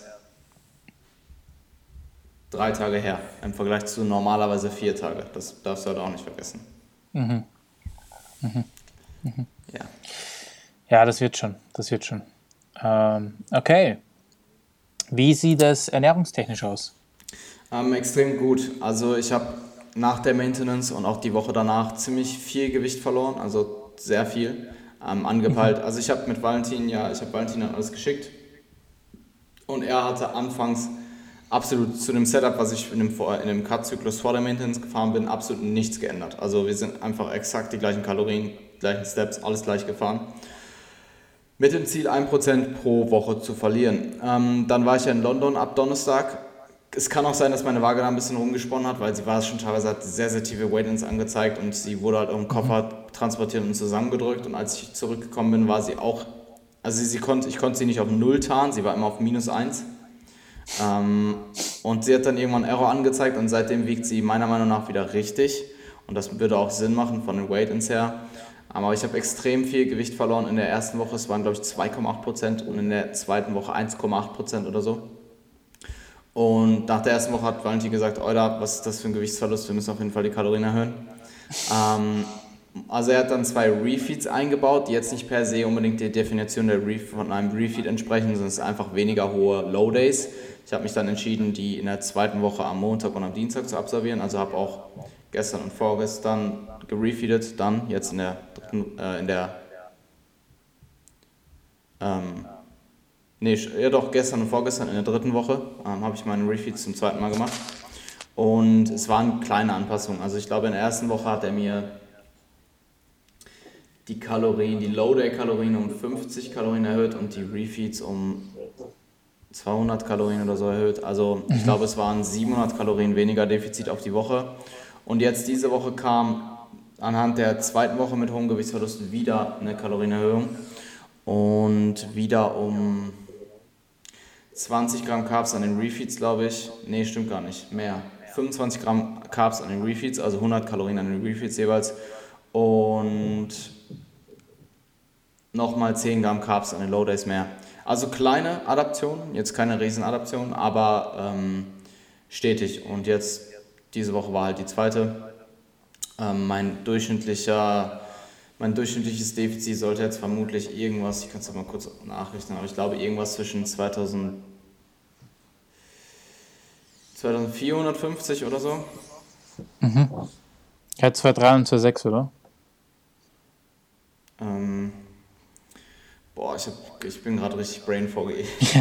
3 Tage her, im Vergleich zu normalerweise 4 Tage. Das darfst du halt auch nicht vergessen. Ja. Ja, das wird schon. Okay. Wie sieht es ernährungstechnisch aus? Extrem gut. Also ich habe nach der Maintenance und auch die Woche danach ziemlich viel Gewicht verloren, also sehr viel angepeilt. Also ich habe Valentin dann alles geschickt und er hatte anfangs absolut zu dem Setup, was ich in dem Cut-Zyklus vor der Maintenance gefahren bin, absolut nichts geändert. Also wir sind einfach exakt die gleichen Kalorien, gleichen Steps, alles gleich gefahren. Mit dem Ziel 1% pro Woche zu verlieren. Dann war ich ja in London ab Donnerstag. Es kann auch sein, dass meine Waage da ein bisschen rumgesponnen hat, weil sie war schon teilweise, hat sehr, sehr tiefe Weigh-ins angezeigt und sie wurde halt auf dem Koffer transportiert und zusammengedrückt. Und als ich zurückgekommen bin, war sie auch, also ich konnte sie nicht auf 0 tarnen, sie war immer auf -1. Und sie hat dann irgendwann Error angezeigt und seitdem wiegt sie meiner Meinung nach wieder richtig. Und das würde auch Sinn machen von den Weigh-ins her. Aber ich habe extrem viel Gewicht verloren in der ersten Woche. Es waren, glaube ich, 2,8% und in der zweiten Woche 1,8% oder so. Und nach der ersten Woche hat Valentin gesagt, Oida, was ist das für ein Gewichtsverlust? Wir müssen auf jeden Fall die Kalorien erhöhen. Also er hat dann 2 Refeeds eingebaut, die jetzt nicht per se unbedingt die Definition von einem Refeed entsprechen, sondern es ist einfach weniger hohe Low Days. Ich habe mich dann entschieden, die in der zweiten Woche am Montag und am Dienstag zu absolvieren. Also habe auch gestern und vorgestern gerefeedet, dann jetzt gestern und vorgestern in der dritten Woche habe ich meine Refeeds zum zweiten Mal gemacht. Und es waren kleine Anpassungen. Also ich glaube, in der ersten Woche hat er mir die Low-Day-Kalorien um 50 Kalorien erhöht und die Refeeds um 200 Kalorien oder so erhöht. Also ich glaube, es waren 700 Kalorien weniger Defizit auf die Woche. Und jetzt diese Woche kam anhand der zweiten Woche mit hohem Gewichtsverlust wieder eine Kalorienerhöhung und wieder um 20 Gramm Carbs an den Refeeds, glaube ich. Nee, stimmt gar nicht, mehr. 25 Gramm Carbs an den Refeeds, also 100 Kalorien an den Refeeds jeweils. Und nochmal 10 Gramm Carbs an den Low Days mehr. Also kleine Adaption, jetzt keine Riesenadaption, aber stetig. Und jetzt, diese Woche war halt die zweite. Mein durchschnittliches Defizit sollte jetzt vermutlich irgendwas, ich kann es mal kurz nachrechnen, aber ich glaube irgendwas zwischen 2450 oder so. Mhm. Ja, 2,3 und 2,6, oder? Ich bin gerade richtig brain foggy.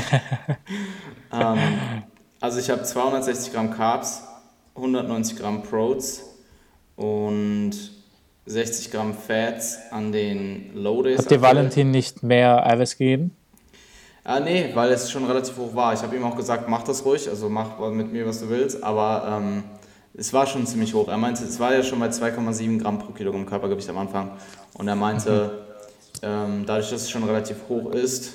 Also ich habe 260 Gramm Carbs, 190 Gramm Proteins und 60 Gramm Fats an den Low Days. Hat dir Valentin nicht mehr Eiweiß gegeben? Nee, weil es schon relativ hoch war. Ich habe ihm auch gesagt, mach das ruhig, also mach mit mir, was du willst, aber es war schon ziemlich hoch. Er meinte, es war ja schon bei 2,7 Gramm pro Kilogramm Körpergewicht am Anfang und er meinte, dadurch, dass es schon relativ hoch ist,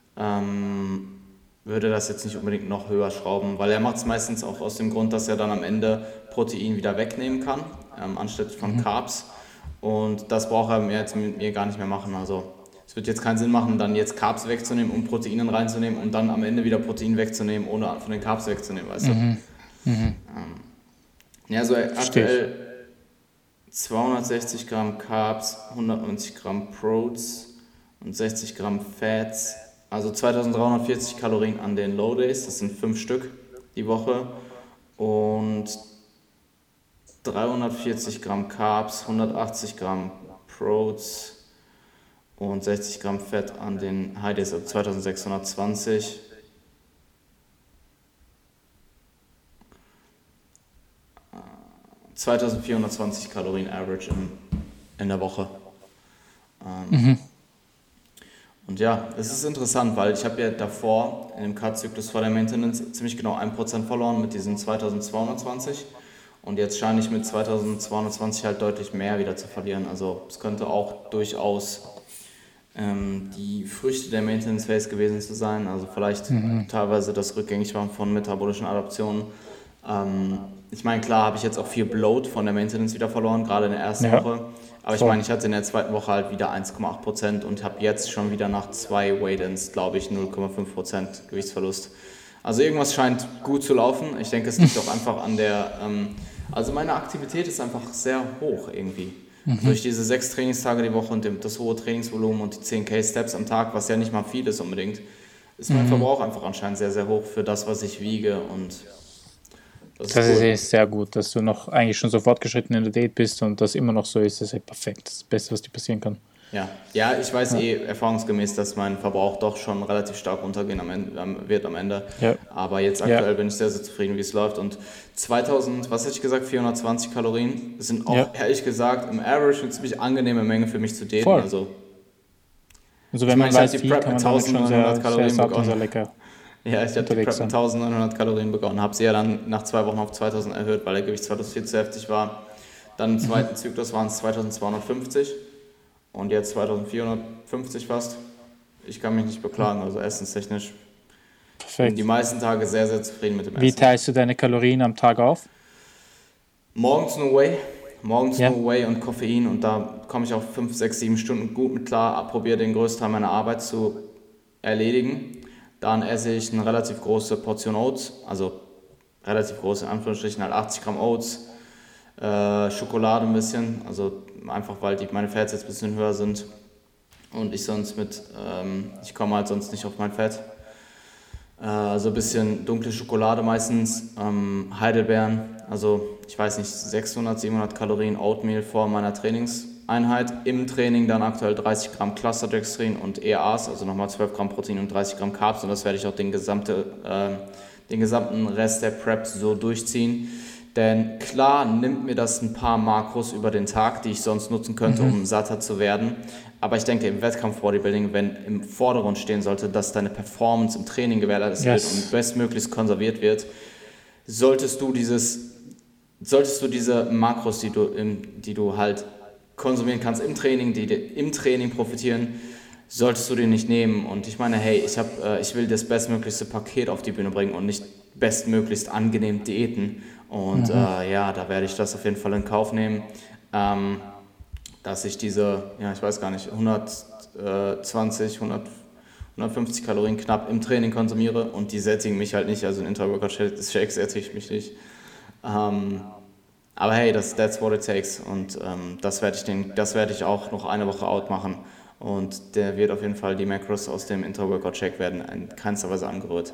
würde das jetzt nicht unbedingt noch höher schrauben, weil er macht es meistens auch aus dem Grund, dass er dann am Ende Protein wieder wegnehmen kann, anstatt von Carbs, und das braucht er jetzt mit mir gar nicht mehr machen. Also es wird jetzt keinen Sinn machen, dann jetzt Carbs wegzunehmen, um Proteine reinzunehmen und dann am Ende wieder Protein wegzunehmen, ohne von den Carbs wegzunehmen, weißt du? Ja, so aktuell 260 Gramm Carbs, 190 Gramm Proteins und 60 Gramm Fats, also 2340 Kalorien an den Low Days, das sind 5 Stück die Woche, und 340 Gramm Carbs, 180 Gramm Proteins und 60 Gramm Fett an den High Days, also 2620. Äh, 2420 Kalorien Average in der Woche. Und ja, es ist interessant, weil ich habe ja davor, in dem Cut-Zyklus vor der Maintenance, ziemlich genau 1% verloren mit diesen 2220. Und jetzt scheine ich mit 2220 halt deutlich mehr wieder zu verlieren. Also es könnte auch durchaus die Früchte der Maintenance Phase gewesen zu sein. Also vielleicht teilweise das Rückgängigmachen von metabolischen Adaptionen. Ich meine, klar habe ich jetzt auch viel Bloat von der Maintenance wieder verloren, gerade in der ersten Woche. Aber ich meine, ich hatte in der zweiten Woche halt wieder 1,8% und habe jetzt schon wieder nach 2 Weigh-ins, glaube ich, 0,5% Gewichtsverlust. Also irgendwas scheint gut zu laufen. Ich denke, es liegt auch einfach an der... Also meine Aktivität ist einfach sehr hoch irgendwie. Durch diese 6 Trainingstage die Woche und das hohe Trainingsvolumen und die 10.000 Steps am Tag, was ja nicht mal viel ist unbedingt, ist mein Verbrauch einfach anscheinend sehr, sehr hoch für das, was ich wiege. Und das ist sehr gut, dass du noch eigentlich schon so fortgeschritten in der Diät bist und das immer noch so ist. Das ist ja perfekt. Das ist das Beste, was dir passieren kann. Ja, ich weiß erfahrungsgemäß, dass mein Verbrauch doch schon relativ stark runtergehen wird am Ende. Ja. Aber jetzt aktuell bin ich sehr, sehr zufrieden, wie es läuft. Und 420 Kalorien sind auch, ehrlich gesagt, im Average eine ziemlich angenehme Menge für mich zu daten. Voll. Also wenn man weiß, wie, kann man damit schon sehr satt und sehr lecker. Ja, ich habe die Prep mit 1900 Kalorien begonnen, habe sie ja dann nach 2 Wochen auf 2000 erhöht, weil der Gewichtsverlust viel zu heftig war. Dann im zweiten Zyklus waren es 2250 und jetzt 2450 fast. Ich kann mich nicht beklagen, also essenstechnisch. Perfekt. Bin die meisten Tage sehr, sehr zufrieden mit dem Essen. Wie teilst du deine Kalorien am Tag auf? Morgens nur Whey und Koffein, und da komme ich auf 5, 6, 7 Stunden gut mit klar, probiere den größten Teil meiner Arbeit zu erledigen. Dann esse ich eine relativ große Portion Oats, also relativ groß in Anführungsstrichen, halt 80 Gramm Oats, Schokolade ein bisschen, also einfach weil meine Fats jetzt ein bisschen höher sind und ich sonst ich komme halt sonst nicht auf mein Fett. Also ein bisschen dunkle Schokolade meistens, Heidelbeeren, also ich weiß nicht, 600, 700 Kalorien Oatmeal vor meiner Trainingseinheit. Im Training dann aktuell 30 Gramm Clusterdextrin und EAAs, also nochmal 12 Gramm Protein und 30 Gramm Carbs, und das werde ich auch den gesamten Rest der Prep so durchziehen. Denn klar nimmt mir das ein paar Makros über den Tag, die ich sonst nutzen könnte, um satter zu werden. Aber ich denke, im Wettkampf-Bodybuilding, wenn im Vordergrund stehen sollte, dass deine Performance im Training gewährleistet wird und bestmöglichst konserviert wird, solltest du dieses solltest du diese Makros, die du halt konsumieren kannst im Training, die dir im Training profitieren, solltest du die nicht nehmen. Und ich meine, hey, ich will das bestmöglichste Paket auf die Bühne bringen und nicht bestmöglichst angenehm diäten. Und ja, da werde ich das auf jeden Fall in Kauf nehmen, dass ich diese, ja, ich weiß gar nicht, 120, 150 Kalorien knapp im Training konsumiere und die sättigen mich halt nicht, also ein Intra-Workout-Shake sättigt mich nicht. Aber hey, that's what it takes und das werde ich auch noch eine Woche out machen und der wird auf jeden Fall, die Macros aus dem Intra-Workout-Shake werden in keinster Weise angerührt.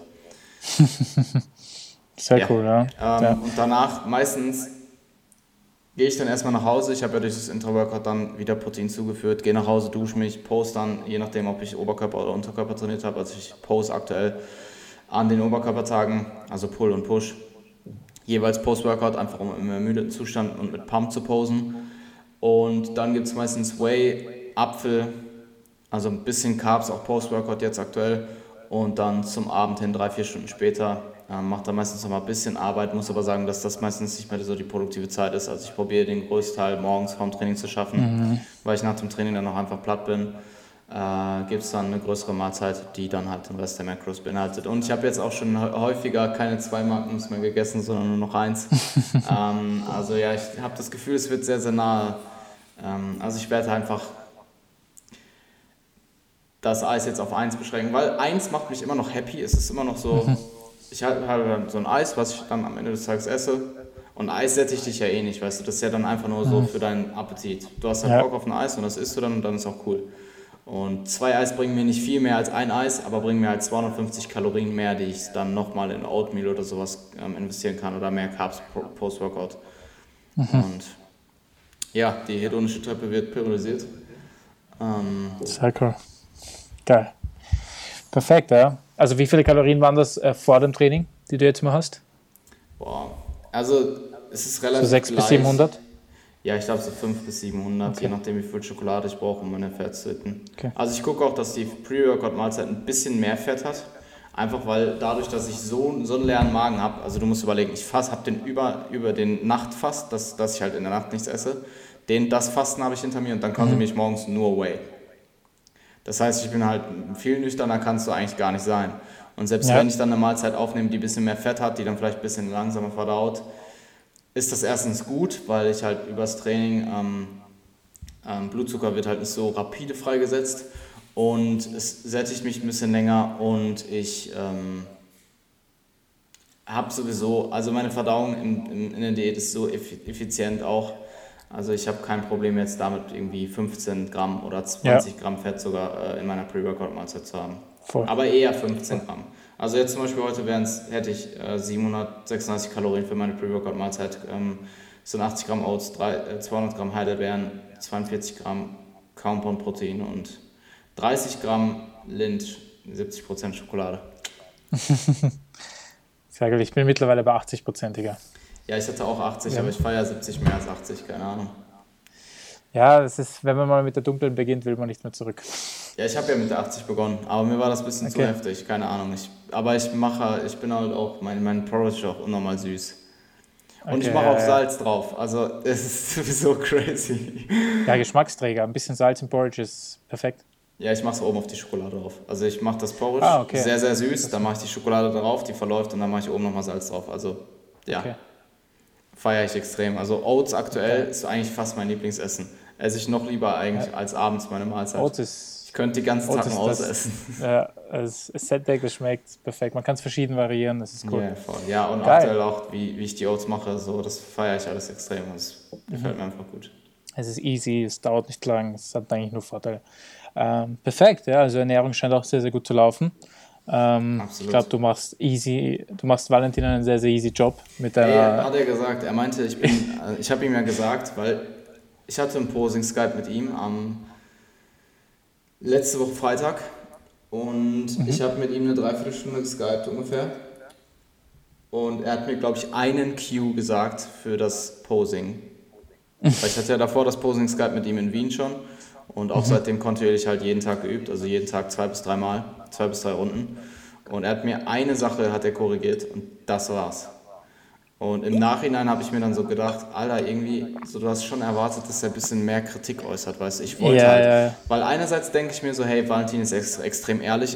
Sehr cool, ja. Und danach meistens gehe ich dann erstmal nach Hause. Ich habe ja durch das Intra-Workout dann wieder Protein zugeführt, gehe nach Hause, dusche mich, poste dann, je nachdem, ob ich Oberkörper oder Unterkörper trainiert habe. Also ich poste aktuell an den Oberkörpertagen, also Pull und Push, jeweils Post-Workout, einfach um im ermüdeten Zustand und mit Pump zu posen. Und dann gibt es meistens Whey, Apfel, also ein bisschen Carbs, auch Post-Workout jetzt aktuell. Und dann zum Abend hin, 3-4 Stunden später, macht da meistens noch mal ein bisschen Arbeit, muss aber sagen, dass das meistens nicht mehr so die produktive Zeit ist. Also ich probiere den größten Teil morgens vorm Training zu schaffen, weil ich nach dem Training dann noch einfach platt bin. Gibt es dann eine größere Mahlzeit, die dann halt den Rest der Macros beinhaltet. Und ich habe jetzt auch schon häufiger keine 2 Magnums mehr gegessen, sondern nur noch 1. Also ja, ich habe das Gefühl, es wird sehr, sehr nahe. Also ich werde einfach das Eis jetzt auf 1 beschränken, weil 1 macht mich immer noch happy. Es ist immer noch so, ich habe dann so ein Eis, was ich dann am Ende des Tages esse. Und Eis sättigt dich ja eh nicht, weißt du. Das ist ja dann einfach nur so für deinen Appetit. Du hast halt Bock auf ein Eis und das isst du dann und dann ist auch cool. Und 2 Eis bringen mir nicht viel mehr als 1 Eis, aber bringen mir halt 250 Kalorien mehr, die ich dann nochmal in Oatmeal oder sowas investieren kann oder mehr Carbs Post-Workout. Und ja, die hedonische Treppe wird priorisiert. Sehr cool. Geil. Perfekt, ja. Also wie viele Kalorien waren das vor dem Training, die du jetzt mal hast? Boah, also es ist relativ so 600 bis 700? Ja, ich glaube so 500 bis 700, je nachdem wie viel Schokolade ich brauche, um meine Fett zu hitten. Okay. Also ich gucke auch, dass die Pre-Workout-Mahlzeit ein bisschen mehr Fett hat. Einfach weil dadurch, dass ich so einen leeren Magen habe, also du musst überlegen, ich habe den über den Nachtfast, dass ich halt in der Nacht nichts esse, das Fasten habe ich hinter mir und dann konsumiere ich morgens nur Whey. Das heißt, ich bin halt viel nüchterner, kannst du eigentlich gar nicht sein. Und selbst wenn ich dann eine Mahlzeit aufnehme, die ein bisschen mehr Fett hat, die dann vielleicht ein bisschen langsamer verdaut, ist das erstens gut, weil ich halt übers Training, Blutzucker wird halt nicht so rapide freigesetzt und es sättigt mich ein bisschen länger und ich habe sowieso, also meine Verdauung in der Diät ist so effizient auch. Also ich habe kein Problem jetzt damit irgendwie 15 Gramm oder 20 Gramm Fett sogar in meiner Pre-Workout-Mahlzeit zu haben. Voll. Aber eher 15 Gramm. Also jetzt zum Beispiel heute hätte ich 736 Kalorien für meine Pre-Workout-Mahlzeit. Das sind 80 Gramm Oats, 200 Gramm Heidelbeeren, 42 Gramm Compound-Protein und 30 Gramm Lind, 70% Schokolade. Sehr gut, ich bin mittlerweile bei 80%iger. Ja, ich hatte auch 80, aber ich feiere 70 mehr als 80, keine Ahnung. Ja, das ist, wenn man mal mit der dunklen beginnt, will man nicht mehr zurück. Ja, ich habe ja mit der 80 begonnen, aber mir war das ein bisschen zu heftig, keine Ahnung. Ich bin halt auch, mein Porridge ist auch unnormal süß. Und ich mache auch Salz drauf, also es ist sowieso crazy. Ja, Geschmacksträger, ein bisschen Salz im Porridge ist perfekt. Ja, ich mache es oben auf die Schokolade drauf. Also ich mache das Porridge sehr, sehr süß, dann mache ich die Schokolade drauf, die verläuft und dann mache ich oben nochmal Salz drauf. Also ja, feiere ich extrem. Also Oats aktuell ist eigentlich fast mein Lieblingsessen. Esse ich noch lieber eigentlich als abends meine Mahlzeit. Oats ist, ich könnte die ganzen Tag Oats essen. Ja, es sättigt, es schmeckt perfekt. Man kann es verschieden variieren, das ist cool. Yeah, voll. Ja, und aktuell auch, wie ich die Oats mache, so, das feiere ich alles extrem. Das gefällt mir einfach gut. Es ist easy, es dauert nicht lang, es hat eigentlich nur Vorteile. Perfekt, ja, also Ernährung scheint auch sehr, sehr gut zu laufen. Ich glaube, du machst Valentin einen sehr, sehr easy Job mit deiner... Hat er gesagt, er meinte, ich habe ihm ja gesagt, weil ich hatte ein Posing-Skype mit ihm letzte Woche Freitag und ich habe mit ihm eine Dreiviertelstunde geskypt ungefähr und er hat mir, glaube ich, einen Cue gesagt für das Posing. Weil ich hatte ja davor das Posing-Skype mit ihm in Wien schon und auch seitdem kontinuierlich halt jeden Tag geübt, also jeden Tag 2 bis 3 Runden. Und er hat mir eine Sache korrigiert und das war's. Und im Nachhinein habe ich mir dann so gedacht, Alter, irgendwie, so, du hast schon erwartet, dass er ein bisschen mehr Kritik äußert, weißt du. Ich wollte halt, Ja. weil einerseits denke ich mir so, hey, Valentin ist extrem ehrlich,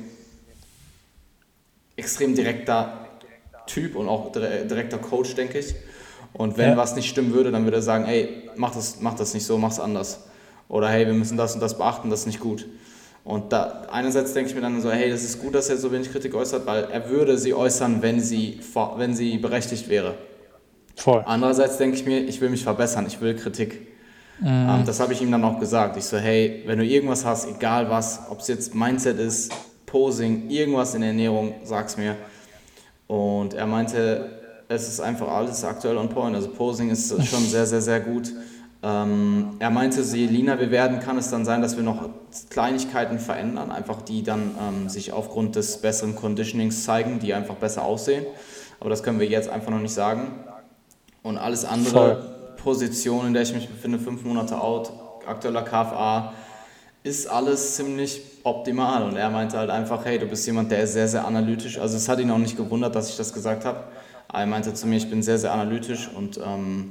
extrem direkter Typ und auch direkter Coach, denke ich. Und wenn Ja. was nicht stimmen würde, dann würde er sagen, ey, mach das nicht so, mach's anders. Oder hey, wir müssen das und das beachten, das ist nicht gut. Und da einerseits denke ich mir dann so, hey, das ist gut, dass er so wenig Kritik äußert, weil er würde sie äußern, wenn sie berechtigt wäre. Voll. Andererseits denke ich mir, ich will mich verbessern, ich will Kritik. Das habe ich ihm dann auch gesagt. Ich so, hey, wenn du irgendwas hast, egal was, ob es jetzt Mindset ist, Posing, irgendwas in der Ernährung, sag's mir. Und er meinte, es ist einfach alles aktuell on point. Also Posing ist schon sehr, sehr, sehr gut. Er meinte, je leaner wir werden, kann es dann sein, dass wir noch Kleinigkeiten verändern, einfach die dann sich aufgrund des besseren Conditionings zeigen, die einfach besser aussehen. Aber das können wir jetzt einfach noch nicht sagen. Und alles andere, Voll. Position, in der ich mich befinde, 5 Monate out, aktueller KFA, ist alles ziemlich optimal. Und er meinte halt einfach, hey, du bist jemand, der ist sehr, sehr analytisch. Also es hat ihn auch nicht gewundert, dass ich das gesagt habe. Er meinte zu mir, ich bin sehr, sehr analytisch und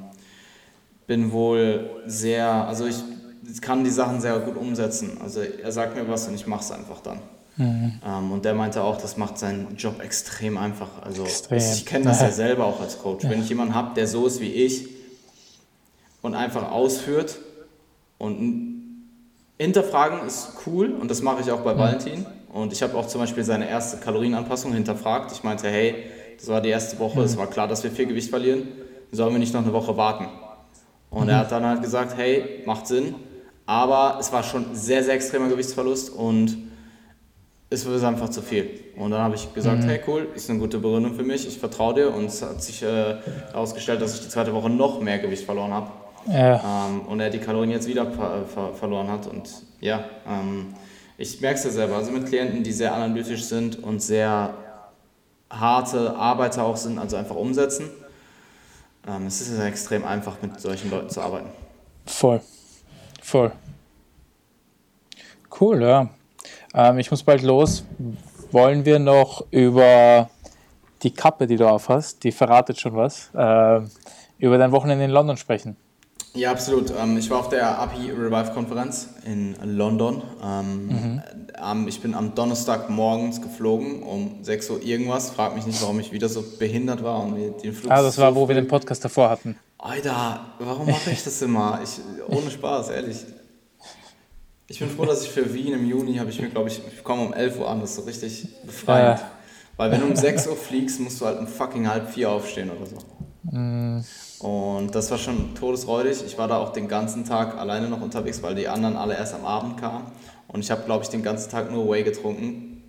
bin wohl sehr, also ich kann die Sachen sehr gut umsetzen. Also er sagt mir was und ich mache es einfach dann. Und der meinte auch, das macht seinen Job extrem einfach. Also Extrem. ich kenne das ja selber auch als Coach. Wenn ich jemanden habe, der so ist wie ich und einfach ausführt und hinterfragen ist cool und das mache ich auch bei Valentin. Und ich habe auch zum Beispiel seine erste Kalorienanpassung hinterfragt. Ich meinte, hey, das war die erste Woche, es war klar, dass wir viel Gewicht verlieren. Sollen wir nicht noch eine Woche warten? Und er hat dann halt gesagt, hey, macht Sinn, aber es war schon sehr, sehr extremer Gewichtsverlust und es wird einfach zu viel. Und dann habe ich gesagt, hey cool, ist eine gute Begründung für mich, ich vertraue dir und es hat sich herausgestellt, dass ich die zweite Woche noch mehr Gewicht verloren habe. Ja. Und er die Kalorien jetzt wieder verloren hat und ja, ich merke es ja selber, also mit Klienten, die sehr analytisch sind und sehr harte Arbeiter auch sind, also einfach umsetzen. Es ist ja extrem einfach, mit solchen Leuten zu arbeiten. Voll. Cool, ja. Ich muss bald los. Wollen wir noch über die Kappe, die du aufhast, die verratet schon was, über dein Wochenende in London sprechen? Ja, absolut. Ich war auf der API Revive Konferenz in London. Ich bin am Donnerstag morgens geflogen um 6 Uhr irgendwas. Frag mich nicht, warum ich wieder so behindert war und mir den Flug Das war, wo wir den Podcast davor hatten. Alter, warum mache ich das immer? Ohne Spaß, ehrlich. Ich bin froh, dass ich für Wien im Juni habe ich mir, glaube ich komme um 11 Uhr an, das ist so richtig befreiend. Weil wenn du um 6 Uhr fliegst, musst du halt um fucking 3:30 aufstehen oder so. Und das war schon todesräudig. Ich war da auch den ganzen Tag alleine noch unterwegs, weil die anderen alle erst am Abend kamen. Und ich habe, glaube ich, den ganzen Tag nur Whey getrunken.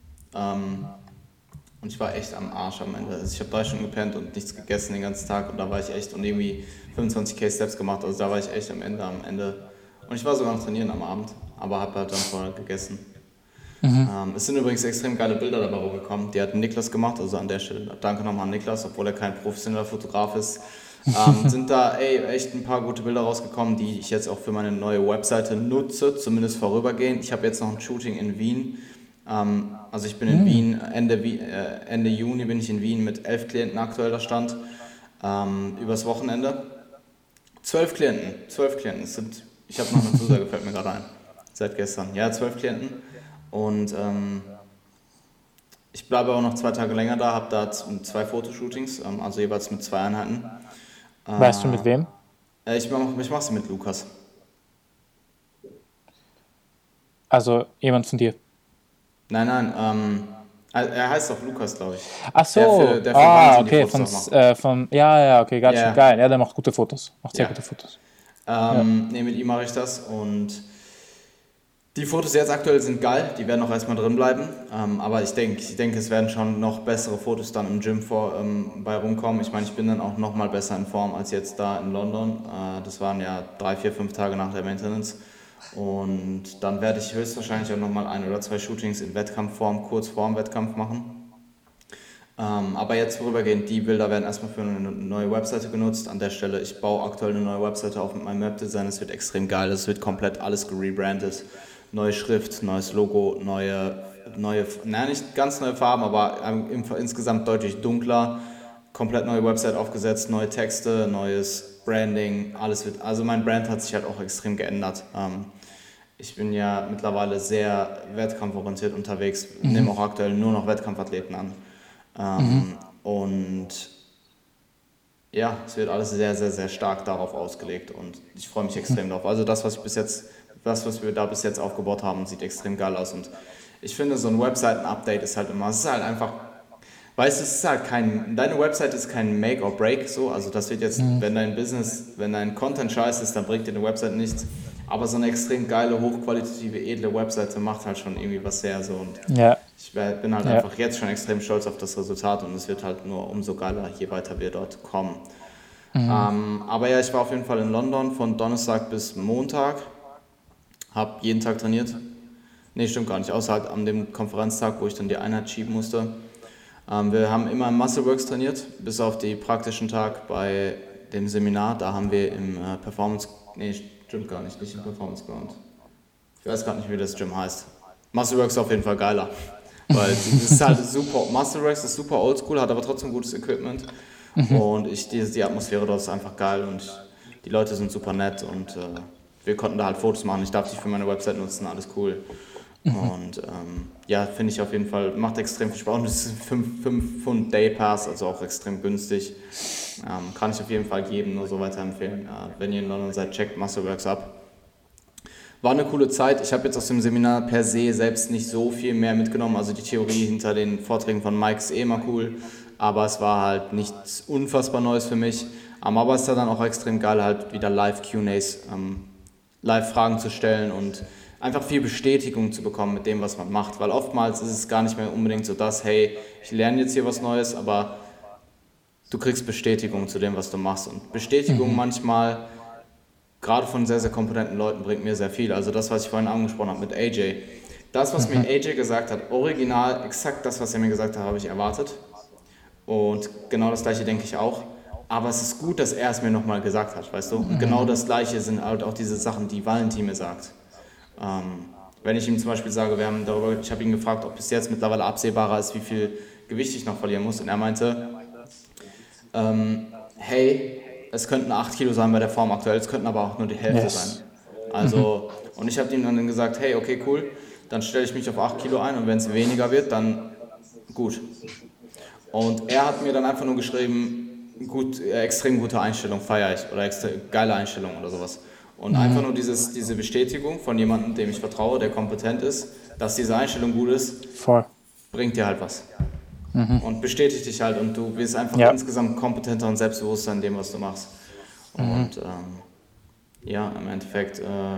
Und ich war echt am Arsch am Ende. Also ich habe 3 Stunden gepennt und nichts gegessen den ganzen Tag. Und da war ich echt und irgendwie 25 Steps gemacht. Also da war ich echt am Ende. Und ich war sogar noch trainieren am Abend, aber habe halt dann vorher gegessen. Es sind übrigens extrem geile Bilder dabei rumgekommen. Die hat Niklas gemacht, also an der Stelle danke nochmal an Niklas, obwohl er kein professioneller Fotograf ist. Sind da echt ein paar gute Bilder rausgekommen, die ich jetzt auch für meine neue Webseite nutze, zumindest vorübergehend. Ich habe jetzt noch ein Shooting in Wien. Also ich bin in Wien, Ende Juni bin ich in Wien mit 11 Klienten aktueller Stand, übers Wochenende. 12 Klienten. Ich habe noch eine Zusage, fällt mir gerade ein, seit gestern. Ja, 12 Klienten. Und ich bleibe aber noch 2 Tage länger da, habe da 2 Fotoshootings, also jeweils mit 2 Einheiten. Weißt du mit wem? Ich mache sie mit Lukas. Also jemand von dir? Nein, er heißt auch Lukas, glaube ich. Ach so, der für okay, okay, ganz schön geil. Ja, der macht gute Fotos, sehr gute Fotos. Mit ihm mache ich das und die Fotos jetzt aktuell sind geil, die werden auch erstmal drin bleiben, aber ich denke, es werden schon noch bessere Fotos dann im Gym bei rumkommen. Ich meine, ich bin dann auch noch mal besser in Form als jetzt da in London. Das waren ja 3, 4, 5 Tage nach der Maintenance und dann werde ich höchstwahrscheinlich auch noch mal 1 oder 2 Shootings in Wettkampfform, kurz vor dem Wettkampf machen. Aber jetzt vorübergehend, die Bilder werden erstmal für eine neue Webseite genutzt. An der Stelle, ich baue aktuell eine neue Webseite auf mit meinem Webdesign. Es wird extrem geil, es wird komplett alles gerebrandet. Neue Schrift, neues Logo, nicht ganz neue Farben, aber insgesamt deutlich dunkler. komplett neue Website aufgesetzt, neue Texte, neues Branding, alles wird, also mein Brand hat sich halt auch extrem geändert. Ich bin ja mittlerweile sehr wettkampforientiert unterwegs, nehme auch aktuell nur noch Wettkampfathleten an. Und ja, es wird alles sehr, sehr, sehr stark darauf ausgelegt und ich freue mich extrem drauf. Also das, was wir da bis jetzt aufgebaut haben, sieht extrem geil aus und ich finde, so ein Webseiten-Update ist halt immer, es ist halt einfach, weißt du, es ist halt deine Website ist kein Make or Break so, also das wird jetzt, wenn dein Content scheiße ist, dann bringt dir eine Website nichts, aber so eine extrem geile, hochqualitative, edle Webseite macht halt schon irgendwie was her so und ich bin halt einfach jetzt schon extrem stolz auf das Resultat und es wird halt nur umso geiler, je weiter wir dort kommen. Aber ja, ich war auf jeden Fall in London von Donnerstag bis Montag, habe jeden Tag trainiert. Nee, stimmt gar nicht, außer halt an dem Konferenztag, wo ich dann die Einheit schieben musste. Wir haben immer im Muscleworks trainiert, bis auf den praktischen Tag bei dem Seminar. Da haben wir im stimmt gar nicht im Performance Ground. Ich weiß gar nicht, wie das Gym heißt. Muscleworks ist auf jeden Fall geiler, weil es ist halt super, Muscleworks ist super oldschool, hat aber trotzdem gutes Equipment. Und die Atmosphäre dort ist einfach geil und die Leute sind super nett und wir konnten da halt Fotos machen. Ich darf die für meine Website nutzen, alles cool. Und ja, finde ich auf jeden Fall, macht extrem viel Spaß und es ist 5 Pfund Day Pass, also auch extrem günstig. Kann ich auf jeden Fall jedem nur so weiterempfehlen. Wenn ihr in London seid, checkt Muscleworks ab. War eine coole Zeit. Ich habe jetzt aus dem Seminar per se selbst nicht so viel mehr mitgenommen. Also die Theorie hinter den Vorträgen von Mike ist immer cool, aber es war halt nichts unfassbar Neues für mich. Aber es ist dann auch extrem geil, halt wieder Live-Q&As, Live-Fragen zu stellen und einfach viel Bestätigung zu bekommen mit dem, was man macht. Weil oftmals ist es gar nicht mehr unbedingt so, dass, hey, ich lerne jetzt hier was Neues, aber du kriegst Bestätigung zu dem, was du machst. Und Bestätigung manchmal, gerade von sehr, sehr kompetenten Leuten, bringt mir sehr viel. Also das, was ich vorhin angesprochen habe mit AJ. Das, was mir AJ gesagt hat, original, exakt das, was er mir gesagt hat, habe ich erwartet. Und genau das Gleiche denke ich auch. Aber es ist gut, dass er es mir nochmal gesagt hat, weißt du? Und genau das Gleiche sind halt auch diese Sachen, die Valentin mir sagt. Wenn ich ihm zum Beispiel sage, ich habe ihn gefragt, ob bis jetzt mittlerweile absehbarer ist, wie viel Gewicht ich noch verlieren muss. Und er meinte, hey, es könnten 8 Kilo sein bei der Form aktuell, es könnten aber auch nur die Hälfte sein. Also, und ich habe ihm dann gesagt, hey, okay, cool, dann stelle ich mich auf 8 Kilo ein und wenn es weniger wird, dann gut. Und er hat mir dann einfach nur geschrieben, extrem gute Einstellung, feiere ich, oder geile Einstellung oder sowas. Und einfach nur diese Bestätigung von jemandem, dem ich vertraue, der kompetent ist, dass diese Einstellung gut ist, bringt dir halt was. Und bestätigt dich halt und du wirst einfach insgesamt kompetenter und selbstbewusster in dem, was du machst. Und im Endeffekt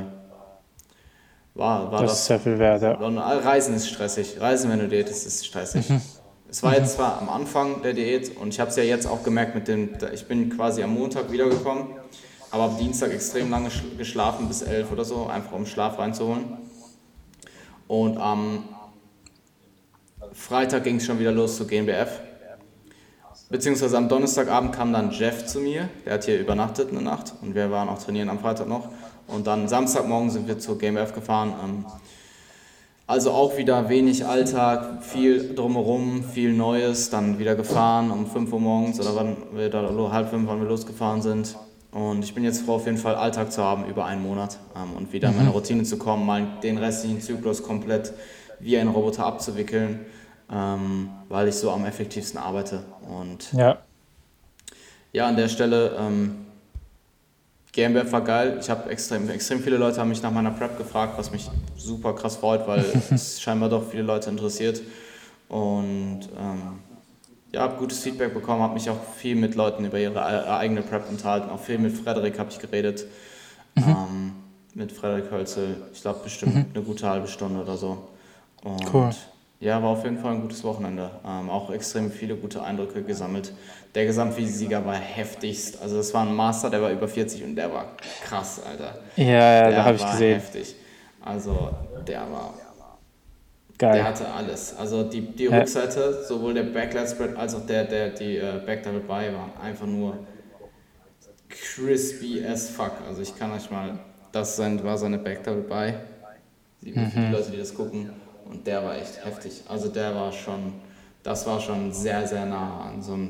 war das ist sehr viel wert, ja. Reisen ist stressig. Reisen, wenn du diätest, ist stressig. Es war jetzt zwar am Anfang der Diät und ich habe es ja jetzt auch gemerkt ich bin quasi am Montag wiedergekommen, aber am Dienstag extrem lange geschlafen, bis 11 oder so, einfach um Schlaf reinzuholen. Und am Freitag ging es schon wieder los zu GmbF. Beziehungsweise am Donnerstagabend kam dann Jeff zu mir, der hat hier übernachtet eine Nacht und wir waren auch trainieren am Freitag noch. Und dann Samstagmorgen sind wir zur GmbF gefahren. Also auch wieder wenig Alltag, viel drumherum, viel Neues, dann wieder gefahren um 5 Uhr morgens oder halb 5, wann wir losgefahren sind. Und ich bin jetzt froh, auf jeden Fall Alltag zu haben über einen Monat und wieder in meine Routine zu kommen, mal den restlichen Zyklus komplett wie ein Roboter abzuwickeln, weil ich so am effektivsten arbeite. Und ja, an der Stelle, GmbF war geil. Ich habe extrem viele Leute haben mich nach meiner Prep gefragt, was mich super krass freut, weil es scheinbar doch viele Leute interessiert. Und habe gutes Feedback bekommen, habe mich auch viel mit Leuten über ihre eigene Prep unterhalten. Auch viel mit Frederik habe ich geredet. Mit Frederik Hölzel. Ich glaube bestimmt eine gute halbe Stunde oder so. Und cool. Ja, war auf jeden Fall ein gutes Wochenende. Auch extrem viele gute Eindrücke gesammelt. Der Gesamtphysiker war heftigst. Also das war ein Master, der war über 40 und der war krass, Alter. Ja, da habe ich gesehen. Heftig. Also der war... Geil. Der hatte alles. Also die Rückseite, sowohl der Backlight Spread als auch die Back Double By waren einfach nur crispy as fuck. Also ich kann euch mal... Das war seine Back Double By. Für die Leute, die das gucken. Und der war echt heftig. Also das war schon sehr, sehr nah an so einem...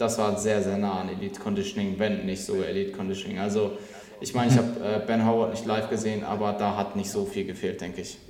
das war sehr, sehr nah an Elite Conditioning, wenn nicht sogar Elite Conditioning. Also ich meine, ich habe Ben Howard nicht live gesehen, aber da hat nicht so viel gefehlt, denke ich.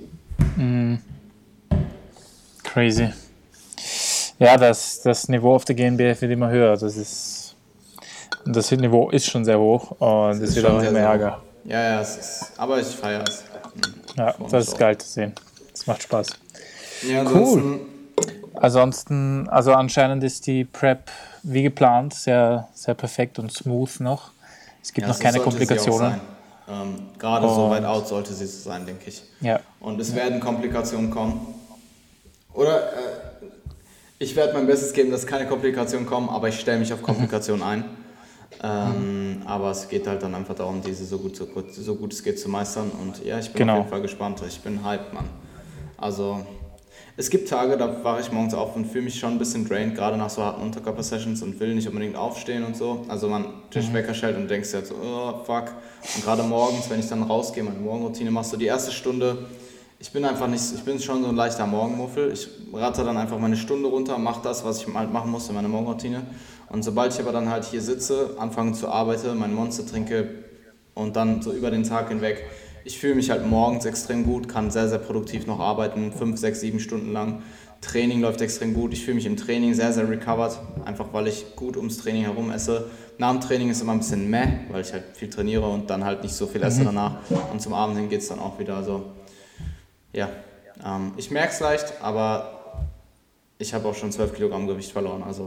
Crazy. Ja, das Niveau auf der GNBF wird immer höher. Das Niveau ist schon sehr hoch und es wird auch immer ärger. Ja, aber ich feiere es. Ja, das ist geil zu sehen. Das macht Spaß. Ja, cool. Ansonsten, also anscheinend ist die Prep wie geplant, sehr, sehr perfekt und smooth noch. Es gibt noch keine Komplikationen. Gerade so weit out sollte sie so sein, denke ich. Ja. Und es werden Komplikationen kommen. Oder ich werde mein Bestes geben, dass keine Komplikationen kommen, aber ich stelle mich auf Komplikationen ein. Aber es geht halt dann einfach darum, diese so gut es geht zu meistern. Und ja, ich bin auf jeden Fall gespannt. Ich bin hyped, Mann. Also es gibt Tage, da wache ich morgens auf und fühle mich schon ein bisschen drained, gerade nach so harten Unterkörper-Sessions und will nicht unbedingt aufstehen und so. Also man Tisch Wecker stellt und denkst halt so, oh fuck. Und gerade morgens, wenn ich dann rausgehe, meine Morgenroutine mache, so die erste Stunde, ich bin schon so ein leichter Morgenmuffel. Ich ratter dann einfach meine Stunde runter, mache das, was ich halt machen muss in meiner Morgenroutine. Und sobald ich aber dann halt hier sitze, anfange zu arbeiten, mein Monster trinke und dann so über den Tag hinweg, ich fühle mich halt morgens extrem gut, kann sehr, sehr produktiv noch arbeiten, 5, 6, 7 Stunden lang. Training läuft extrem gut, ich fühle mich im Training sehr, sehr recovered, einfach weil ich gut ums Training herum esse. Nach dem Training ist immer ein bisschen weil ich halt viel trainiere und dann halt nicht so viel esse danach. Und zum Abend hin geht es dann auch wieder. Also ja, ich merke es leicht, aber ich habe auch schon 12 Kilogramm Gewicht verloren, also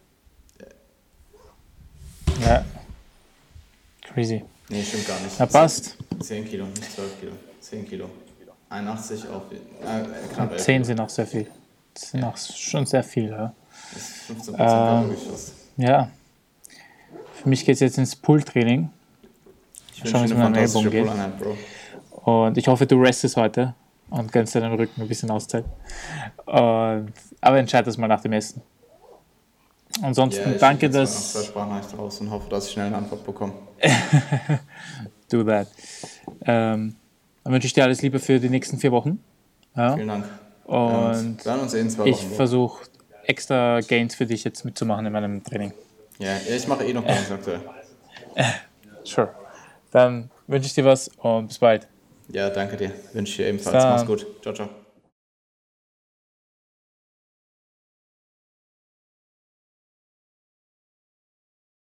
ja, crazy. Nee, stimmt gar nicht. Ja, passt. 10 Kilo, nicht 12 Kilo. 10 Kilo. 81 auf knapp 10 sind auch sehr viel. Das sind auch schon sehr viel, ja. Das ist 15% Körpergewicht. Ja. Für mich geht es jetzt ins Pull-Training. Schauen, wie es mit meinem Ellbogen geht. Und ich hoffe, du restest heute und gönnst deinen Rücken ein bisschen Auszeit. Aber entscheide das mal nach dem Essen. Ansonsten danke, dass... Ich Sprachnachricht raus und hoffe, dass ich schnell eine Antwort bekomme. Do that. Dann wünsche ich dir alles Liebe für die nächsten 4 Wochen. Ja. Vielen Dank. Und wir hören uns in 2 Wochen. Ich versuche extra Gains für dich jetzt mitzumachen in meinem Training. Ja, ich mache noch Gains aktuell. Sure. Dann wünsche ich dir was und bis bald. Ja, danke dir. Wünsche dir ebenfalls. Mach's gut. Ciao, ciao.